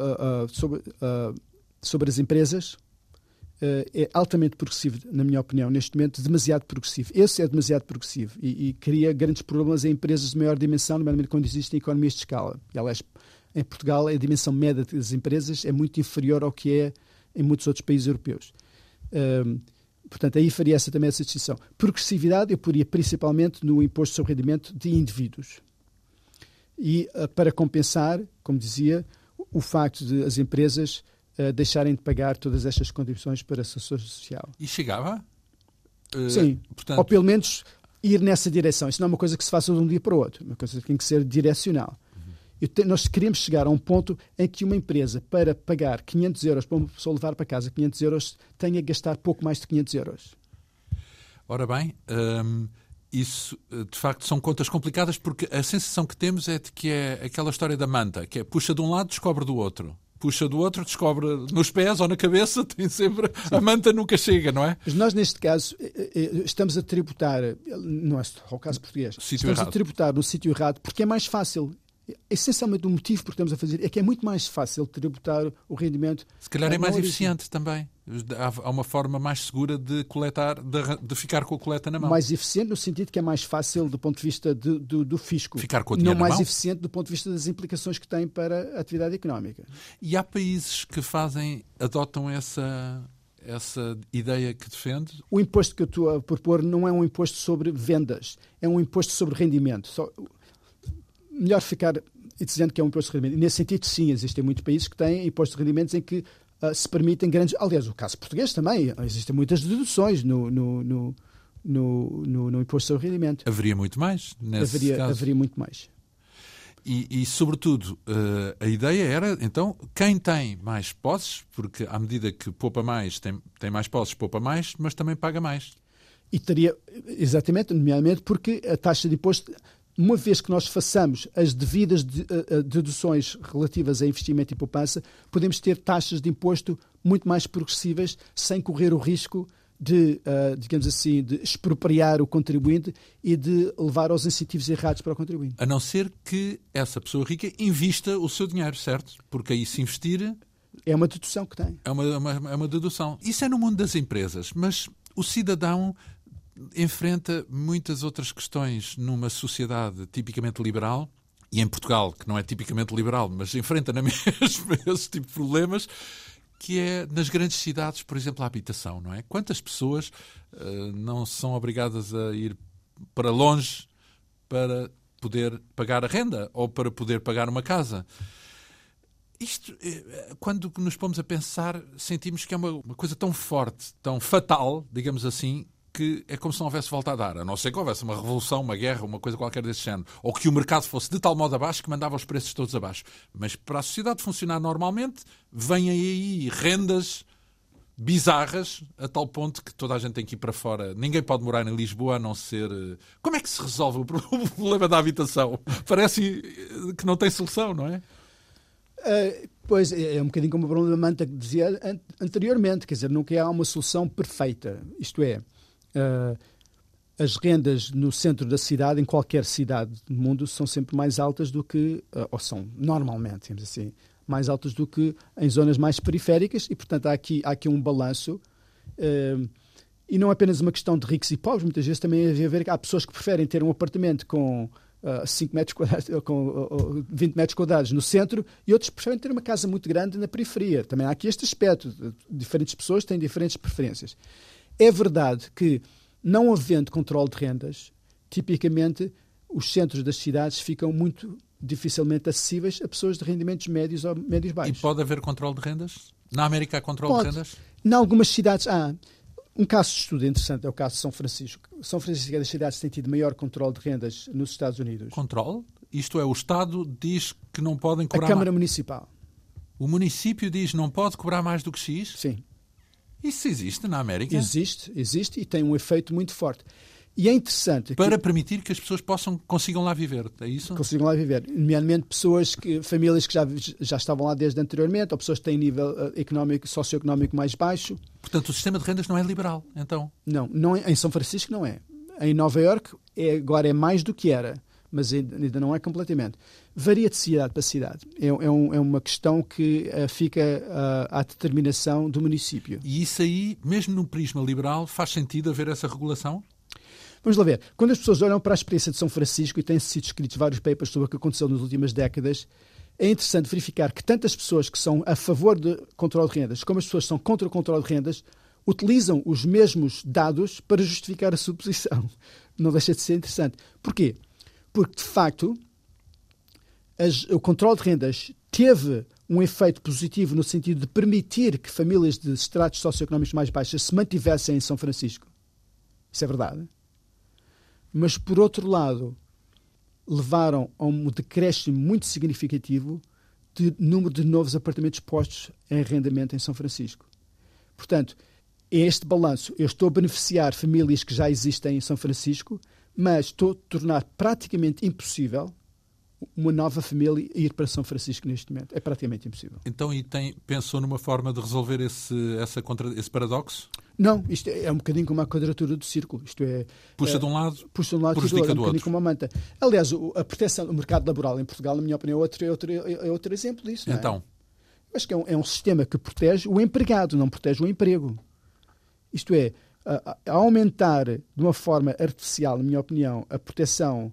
sobre as empresas, é altamente progressivo, na minha opinião, neste momento, demasiado progressivo. Esse é demasiado progressivo e cria grandes problemas em empresas de maior dimensão, nomeadamente quando existem economias de escala. E, aliás, em Portugal, a dimensão média das empresas é muito inferior ao que é em muitos outros países europeus. Portanto, aí faria também essa distinção. Progressividade eu poria principalmente no imposto sobre rendimento de indivíduos. E para compensar, como dizia, o facto de as empresas deixarem de pagar todas estas contribuições para a segurança social. E chegava? Sim, portanto... ou pelo menos ir nessa direção. Isso não é uma coisa que se faça de um dia para o outro, é uma coisa que tem que ser direcional. Nós queremos chegar a um ponto em que uma empresa, para pagar 500 euros para uma pessoa levar para casa 500 euros, tenha que gastar pouco mais de 500 euros. Ora bem, isso de facto são contas complicadas, porque a sensação que temos é de que é aquela história da manta, que é puxa de um lado, descobre do outro. Puxa do outro, descobre nos pés ou na cabeça, tem sempre... Sim. A manta nunca chega, não é? Mas nós, neste caso, estamos a tributar, não é só o caso português, estamos a tributar no sítio errado porque é mais fácil. Essencialmente o motivo por que estamos a fazer é que é muito mais fácil tributar o rendimento. Se calhar é mais eficiente também. Há uma forma mais segura de coletar, de ficar com a coleta na mão. Mais eficiente no sentido que é mais fácil do ponto de vista do fisco. Ficar com o dinheiro na mão. Não mais mão. Eficiente do ponto de vista das implicações que tem para a atividade económica. E há países que adotam essa ideia que defende? O imposto que eu estou a propor não é um imposto sobre vendas, é um imposto sobre rendimento. Melhor ficar dizendo que é um imposto de rendimento. Nesse sentido, sim, existem muitos países que têm impostos de rendimentos em que se permitem grandes... Aliás, o caso português também. Existem muitas deduções no imposto sobre rendimento. Haveria muito mais nesse caso? Haveria muito mais. E, sobretudo, a ideia era, então, quem tem mais posses, porque à medida que poupa mais, tem mais posses, poupa mais, mas também paga mais. E teria, exatamente, nomeadamente porque a taxa de imposto... Uma vez que nós façamos as devidas deduções relativas a investimento e poupança, podemos ter taxas de imposto muito mais progressivas, sem correr o risco de, digamos assim, de expropriar o contribuinte e de levar aos incentivos errados para o contribuinte. A não ser que essa pessoa rica invista o seu dinheiro, certo? Porque aí se investir... É uma dedução que tem. É uma dedução. Isso é no mundo das empresas, mas o cidadão enfrenta muitas outras questões numa sociedade tipicamente liberal, e em Portugal, que não é tipicamente liberal, mas enfrenta na mesma esse tipo de problemas, que é nas grandes cidades, por exemplo, a habitação, não é? Quantas pessoas não são obrigadas a ir para longe para poder pagar a renda ou para poder pagar uma casa? Isto, quando nos pomos a pensar, sentimos que é uma coisa tão forte, tão fatal, digamos assim, que é como se não houvesse volta a dar, a não ser que houvesse uma revolução, uma guerra, uma coisa qualquer desse género, ou que o mercado fosse de tal modo abaixo que mandava os preços todos abaixo. Mas para a sociedade funcionar normalmente, vêm aí rendas bizarras, a tal ponto que toda a gente tem que ir para fora. Ninguém pode morar em Lisboa a não ser... Como é que se resolve o problema da habitação? Parece que não tem solução, não é? Pois, é um bocadinho como o Bruno da Manta que dizia anteriormente, quer dizer, nunca há uma solução perfeita. Isto é, as rendas no centro da cidade, em qualquer cidade do mundo, são sempre mais altas do que, ou são normalmente, digamos assim, mais altas do que em zonas mais periféricas e, portanto, há aqui um balanço. E não é apenas uma questão de ricos e pobres, muitas vezes também há pessoas que preferem ter um apartamento com 5 metros quadrados, com 20 metros quadrados no centro e outros preferem ter uma casa muito grande na periferia. Também há aqui este aspecto. Diferentes pessoas têm diferentes preferências. É verdade que, não havendo controle de rendas, tipicamente os centros das cidades ficam muito dificilmente acessíveis a pessoas de rendimentos médios ou médios baixos. E pode haver controle de rendas? Na América há controle de rendas? Em algumas cidades há. Um caso de estudo interessante é o caso de São Francisco. São Francisco é das cidades que tem tido maior controle de rendas nos Estados Unidos. Controle? Isto é, o Estado diz que não podem cobrar... A Câmara Municipal. O município diz que não pode cobrar mais do que X? Sim. Isso existe na América? Existe e tem um efeito muito forte. E é interessante... Para permitir que as pessoas consigam lá viver, é isso? Consigam lá viver. Nomeadamente famílias que já estavam lá desde anteriormente, ou pessoas que têm nível socioeconómico mais baixo. Portanto, o sistema de rendas não é liberal, então? Não é, em São Francisco não é. Em Nova Iorque agora é mais do que era, mas ainda não é completamente. Varia de cidade para cidade. É uma questão que fica à determinação do município. E isso aí, mesmo no prisma liberal, faz sentido haver essa regulação? Vamos lá ver. Quando as pessoas olham para a experiência de São Francisco, e têm sido escritos vários papers sobre o que aconteceu nas últimas décadas, é interessante verificar que tanto as pessoas que são a favor do controle de rendas como as pessoas que são contra o controle de rendas utilizam os mesmos dados para justificar a sua posição. Não deixa de ser interessante. Porquê? Porque, de facto, o controle de rendas teve um efeito positivo no sentido de permitir que famílias de estratos socioeconómicos mais baixos se mantivessem em São Francisco. Isso é verdade. Mas, por outro lado, levaram a um decréscimo muito significativo de número de novos apartamentos postos em arrendamento em São Francisco. Portanto, este balanço, eu estou a beneficiar famílias que já existem em São Francisco, mas estou a tornar praticamente impossível uma nova família ir para São Francisco neste momento. É praticamente impossível. Então, pensou numa forma de resolver esse paradoxo? Não, isto é um bocadinho como a quadratura do círculo. Isto é, puxa de um lado, prejudica do outro. Um bocadinho como a manta. Aliás, a proteção do mercado laboral em Portugal, na minha opinião, é outro exemplo disso. Não é? Então? Eu acho que é um sistema que protege o empregado, não protege o emprego. Isto é, a aumentar de uma forma artificial, na minha opinião, a proteção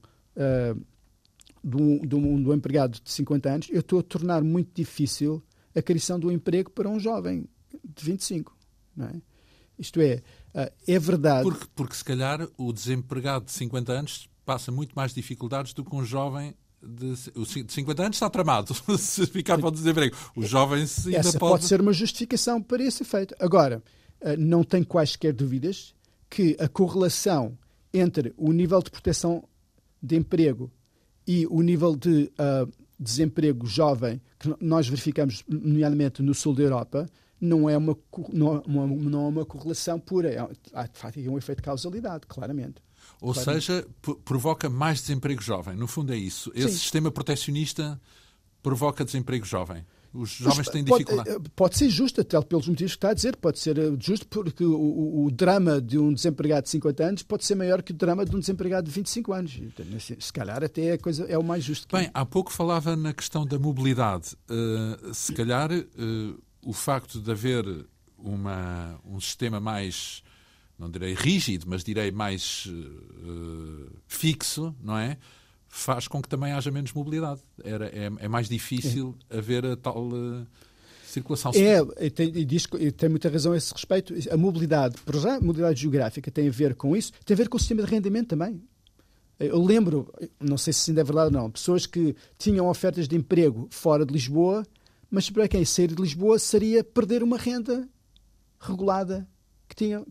do empregado de 50 anos, eu estou a tornar muito difícil a criação do emprego para um jovem de 25. Não é? Isto é verdade... Porque se calhar o desempregado de 50 anos passa muito mais dificuldades do que um jovem de 50 anos está tramado se ficar para o desemprego. Os jovens ainda Essa pode ser uma justificação para esse efeito. Agora, não tenho quaisquer dúvidas que a correlação entre o nível de proteção de emprego e o nível de desemprego jovem que nós verificamos, nomeadamente no sul da Europa, não é uma correlação pura. De facto, é um efeito de causalidade, claramente. Ou seja, provoca mais desemprego jovem. No fundo é isso. Esse sistema protecionista provoca desemprego jovem. Os jovens têm dificuldade. Pode ser justo, até pelos motivos que está a dizer. Pode ser justo porque o drama de um desempregado de 50 anos pode ser maior que o drama de um desempregado de 25 anos. Se calhar até é o mais justo. Bem, há pouco falava na questão da mobilidade. Se calhar o facto de haver um sistema mais, não direi rígido, mas direi mais fixo, não é? Faz com que também haja menos mobilidade. É mais difícil haver a tal circulação. Tem muita razão a esse respeito. A mobilidade, por já, a mobilidade geográfica tem a ver com isso, tem a ver com o sistema de rendimento também. Eu lembro, não sei se ainda é verdade ou não, pessoas que tinham ofertas de emprego fora de Lisboa, mas para quem sair de Lisboa seria perder uma renda regulada que tinham.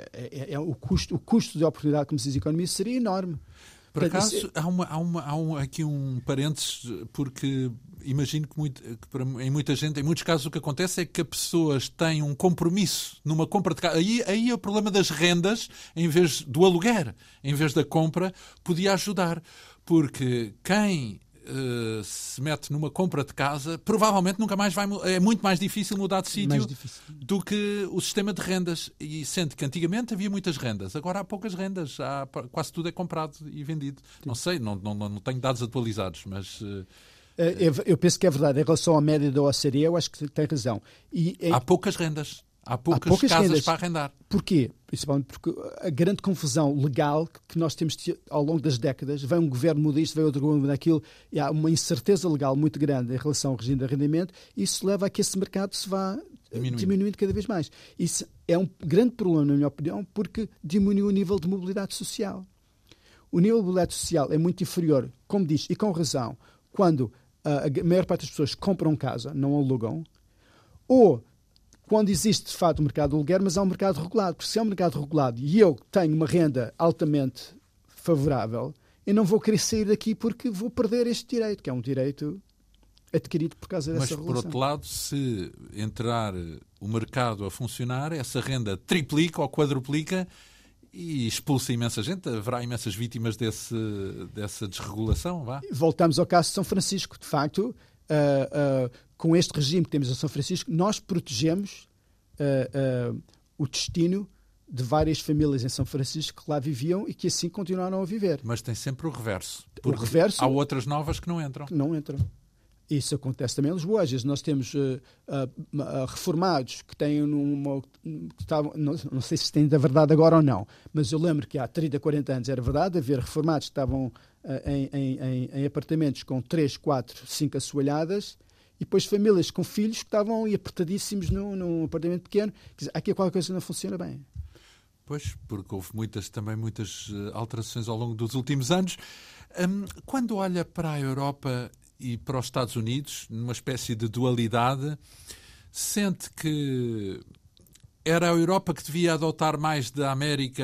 O custo de oportunidade, como se diz em economia, seria enorme. Por acaso, há aqui um parênteses, porque imagino que em muitos casos o que acontece é que as pessoas têm um compromisso numa compra de casa. Aí o problema das rendas, em vez do aluguer, em vez da compra, podia ajudar. Porque quem se mete numa compra de casa, provavelmente nunca mais é muito mais difícil mudar de sítio do que o sistema de rendas. E sendo que antigamente havia muitas rendas, agora há poucas rendas, quase tudo é comprado e vendido. Sim. Não sei, não tenho dados atualizados, mas... Eu penso que é verdade. Em relação à média da OCDE, eu acho que tem razão. Há poucas rendas. Há poucas casas rendas. Para arrendar. Porquê? Principalmente porque a grande confusão legal que nós temos ao longo das décadas, vem um governo muda isto, vem outro governo muda aquilo, e há uma incerteza legal muito grande em relação ao regime de arrendamento, e isso leva a que esse mercado se vá diminuindo cada vez mais. Isso é um grande problema, na minha opinião, porque diminui o nível de mobilidade social. O nível de mobilidade social é muito inferior, como diz, e com razão, quando a maior parte das pessoas compram casa, não alugam, ou quando existe, de facto, um mercado de aluguer, mas há um mercado regulado. Porque se há um mercado regulado e eu tenho uma renda altamente favorável, eu não vou querer sair daqui porque vou perder este direito, que é um direito adquirido por causa dessa regulação. Mas, por outro lado, se entrar o mercado a funcionar, essa renda triplica ou quadruplica e expulsa imensa gente. Haverá imensas vítimas dessa desregulação. Vá. Voltamos ao caso de São Francisco. De facto... com este regime que temos em São Francisco, nós protegemos o destino de várias famílias em São Francisco que lá viviam e que assim continuaram a viver. Mas tem sempre o reverso. O reverso, há outras novas que não entram. Não entram. Isso acontece também em Lisboa. Às vezes nós temos reformados que têm não sei se isto é da verdade agora ou não, mas eu lembro que há 30, 40 anos era verdade haver reformados que estavam em apartamentos com 3, 4, 5 assoalhadas e depois famílias com filhos que estavam apertadíssimos num apartamento pequeno. Quer dizer, aqui qualquer coisa que não funciona bem. Pois, porque houve também muitas alterações ao longo dos últimos anos. Quando olha para a Europa e para os Estados Unidos, numa espécie de dualidade, sente que era a Europa que devia adotar mais da América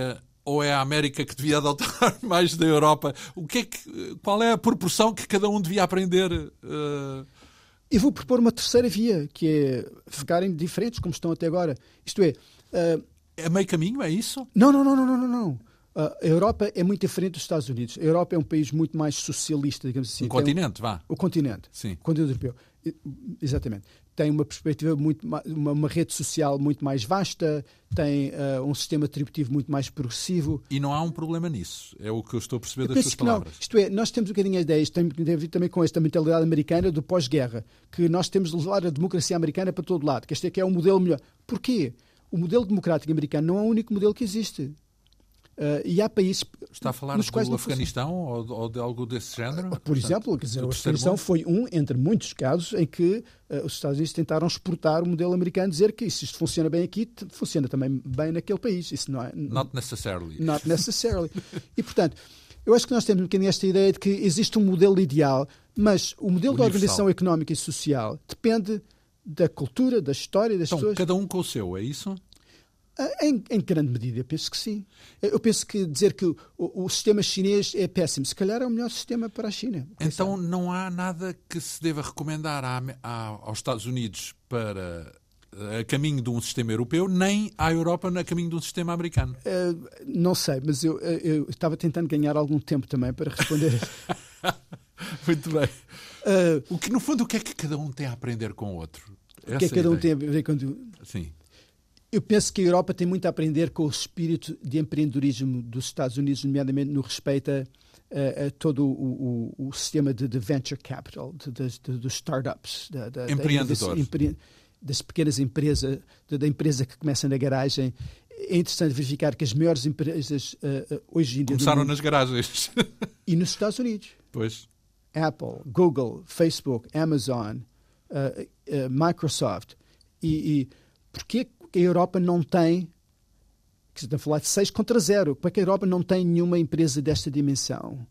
ou é a América que devia adotar mais da Europa? Qual é a proporção que cada um devia aprender? Eu vou propor uma terceira via, que é ficarem diferentes como estão até agora. Isto é... É meio caminho, é isso? Não. A Europa é muito diferente dos Estados Unidos. A Europa é um país muito mais socialista, digamos assim. O continente, vá. O continente. Sim. O continente europeu. Exatamente. Tem uma perspectiva, uma rede social muito mais vasta, tem um sistema tributivo muito mais progressivo. E não há um problema nisso. É o que eu estou a perceber das suas palavras. Não. Isto é, nós temos um bocadinho a ideia, isto tem a ver também com esta mentalidade americana do pós-guerra, que nós temos de levar a democracia americana para todo lado, que este é que é um modelo melhor. Porquê? O modelo democrático americano não é o único modelo que existe. E há países... Está a falar do Afeganistão ou de algo desse género? Por exemplo, quer dizer, o Afeganistão foi entre muitos casos em que os Estados Unidos tentaram exportar o modelo americano, dizer que se isto funciona bem aqui, funciona também bem naquele país. Isso não é... Not necessarily. Not necessarily. E, portanto, eu acho que nós temos um bocadinho esta ideia de que existe um modelo ideal, mas o modelo da organização económica e social depende da cultura, da história das pessoas. Cada um com o seu, é isso? Em grande medida, eu penso que sim. Eu penso que dizer que o sistema chinês é péssimo, se calhar é o melhor sistema para a China. Então não há nada que se deva recomendar aos Estados Unidos para a caminho de um sistema europeu, nem à Europa a caminho de um sistema americano? Não sei, mas eu estava tentando ganhar algum tempo também para responder. Muito bem. No fundo, o que é que cada um tem a aprender com o outro? O que é que cada um tem a ver com... Sim. Eu penso que a Europa tem muito a aprender com o espírito de empreendedorismo dos Estados Unidos, nomeadamente no respeito a todo o sistema de venture capital, dos startups, das pequenas empresas, da empresa que começa na garagem. É interessante verificar que as maiores empresas hoje em dia... Começaram nas garagens. E nos Estados Unidos. Pois. Apple, Google, Facebook, Amazon, Microsoft. E porquê que a Europa não tem, que estamos a falar de 6 contra 0, porque a Europa não tem nenhuma empresa desta dimensão?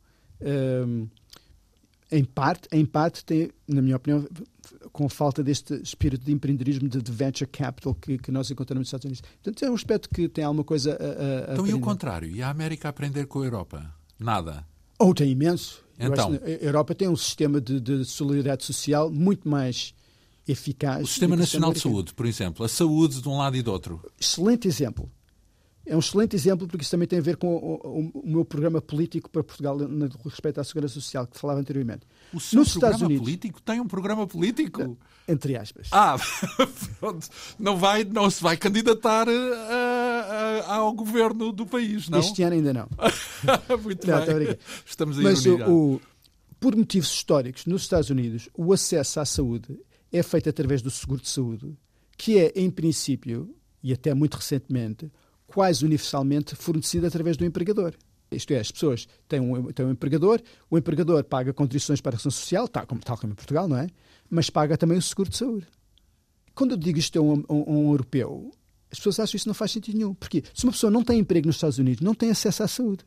Em parte tem, na minha opinião, com falta deste espírito de empreendedorismo, de venture capital que nós encontramos nos Estados Unidos. Portanto, é um aspecto que tem alguma coisa a então, aprender. E o contrário? E a América a aprender com a Europa? Nada? Tem imenso. Então, a Europa tem um sistema de solidariedade social muito mais eficaz. O Sistema Nacional de Saúde, por exemplo, a saúde de um lado e do outro. Excelente exemplo. É um excelente exemplo porque isso também tem a ver com o meu programa político para Portugal no respeito à segurança social, que falava anteriormente. O seu programa político tem um programa político? Entre aspas. Pronto. Não se vai candidatar ao governo do país, não? Este ano ainda não. Muito bem. Estamos a Mas ironizar. por motivos históricos, nos Estados Unidos, o acesso à saúde é feito através do seguro de saúde, que é, em princípio, e até muito recentemente, quase universalmente fornecido através do empregador. Isto é, as pessoas têm um empregador, o empregador paga contribuições para a Segurança Social, tal como em Portugal, não é? Mas paga também o seguro de saúde. Quando eu digo isto a um europeu, as pessoas acham que isso não faz sentido nenhum. Porque se uma pessoa não tem emprego nos Estados Unidos, não tem acesso à saúde.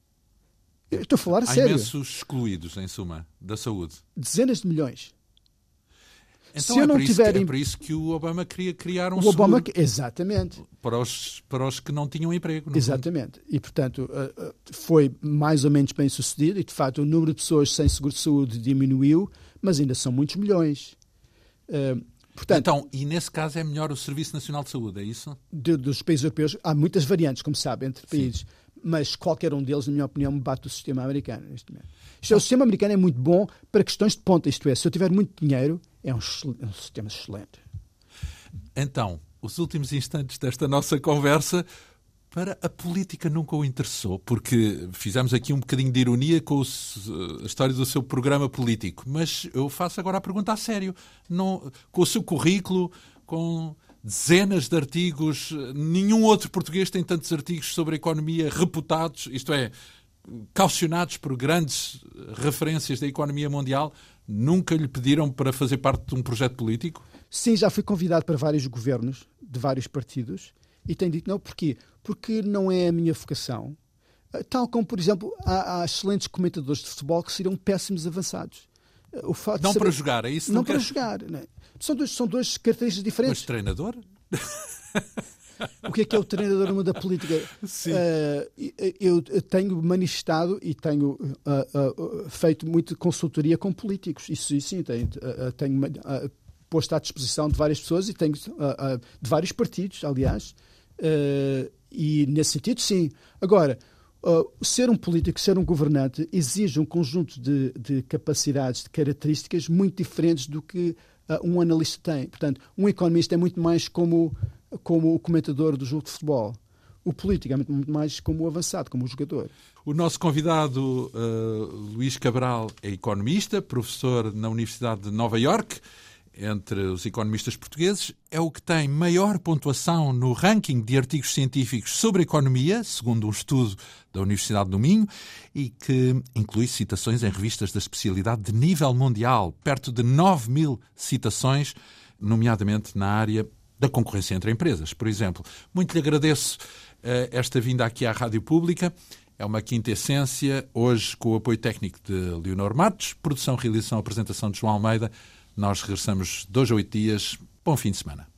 Eu estou a falar a sério. Há imensos excluídos, em suma, da saúde. Dezenas de milhões. Então se eu não tiver... é por isso que o Obama queria criar um seguro. Exatamente. Para os que não tinham emprego. Exatamente. E, portanto, foi mais ou menos bem sucedido e, de facto, o número de pessoas sem seguro de saúde diminuiu, mas ainda são muitos milhões. Portanto, então, e nesse caso é melhor o Serviço Nacional de Saúde, é isso? Dos países europeus, há muitas variantes, como sabe, entre países. Sim. Mas qualquer um deles, na minha opinião, bate o sistema americano neste momento. O sistema americano é muito bom para questões de ponta, isto é, se eu tiver muito dinheiro, é um sistema excelente. Então, os últimos instantes desta nossa conversa, para a política nunca o interessou, porque fizemos aqui um bocadinho de ironia com a história do seu programa político, mas eu faço agora a pergunta a sério. Com o seu currículo, com dezenas de artigos, nenhum outro português tem tantos artigos sobre a economia reputados, isto é, caucionados por grandes referências da economia mundial, nunca lhe pediram para fazer parte de um projeto político? Sim, já fui convidado para vários governos de vários partidos e tenho dito não. Porquê? Porque não é a minha vocação. Tal como, por exemplo, há excelentes comentadores de futebol que seriam péssimos avançados. Não para jogar, é isso? Não para jogar. Não é? São duas características diferentes. Mas treinador? O que é o treinador no mundo da política? Sim. Eu tenho manifestado e tenho feito muita consultoria com políticos. Isso sim, tenho posto à disposição de várias pessoas e tenho de vários partidos, aliás. E nesse sentido, sim. Agora, ser um político, ser um governante, exige um conjunto de capacidades, de características muito diferentes do que um analista tem. Portanto, um economista é muito mais como o comentador do jogo de futebol. O político é muito mais como o avançado, como o jogador. O nosso convidado, Luís Cabral, é economista, professor na Universidade de Nova Iorque. Entre os economistas portugueses, é o que tem maior pontuação no ranking de artigos científicos sobre economia, segundo um estudo da Universidade do Minho, e que inclui citações em revistas da especialidade de nível mundial, perto de 9.000 citações, nomeadamente na área da concorrência entre empresas, por exemplo. Muito lhe agradeço esta vinda aqui à Rádio Pública. É uma quinta essência, hoje com o apoio técnico de Leonor Matos, produção, realização, apresentação de João Almeida. Nós regressamos 2 a 8 dias. Bom fim de semana.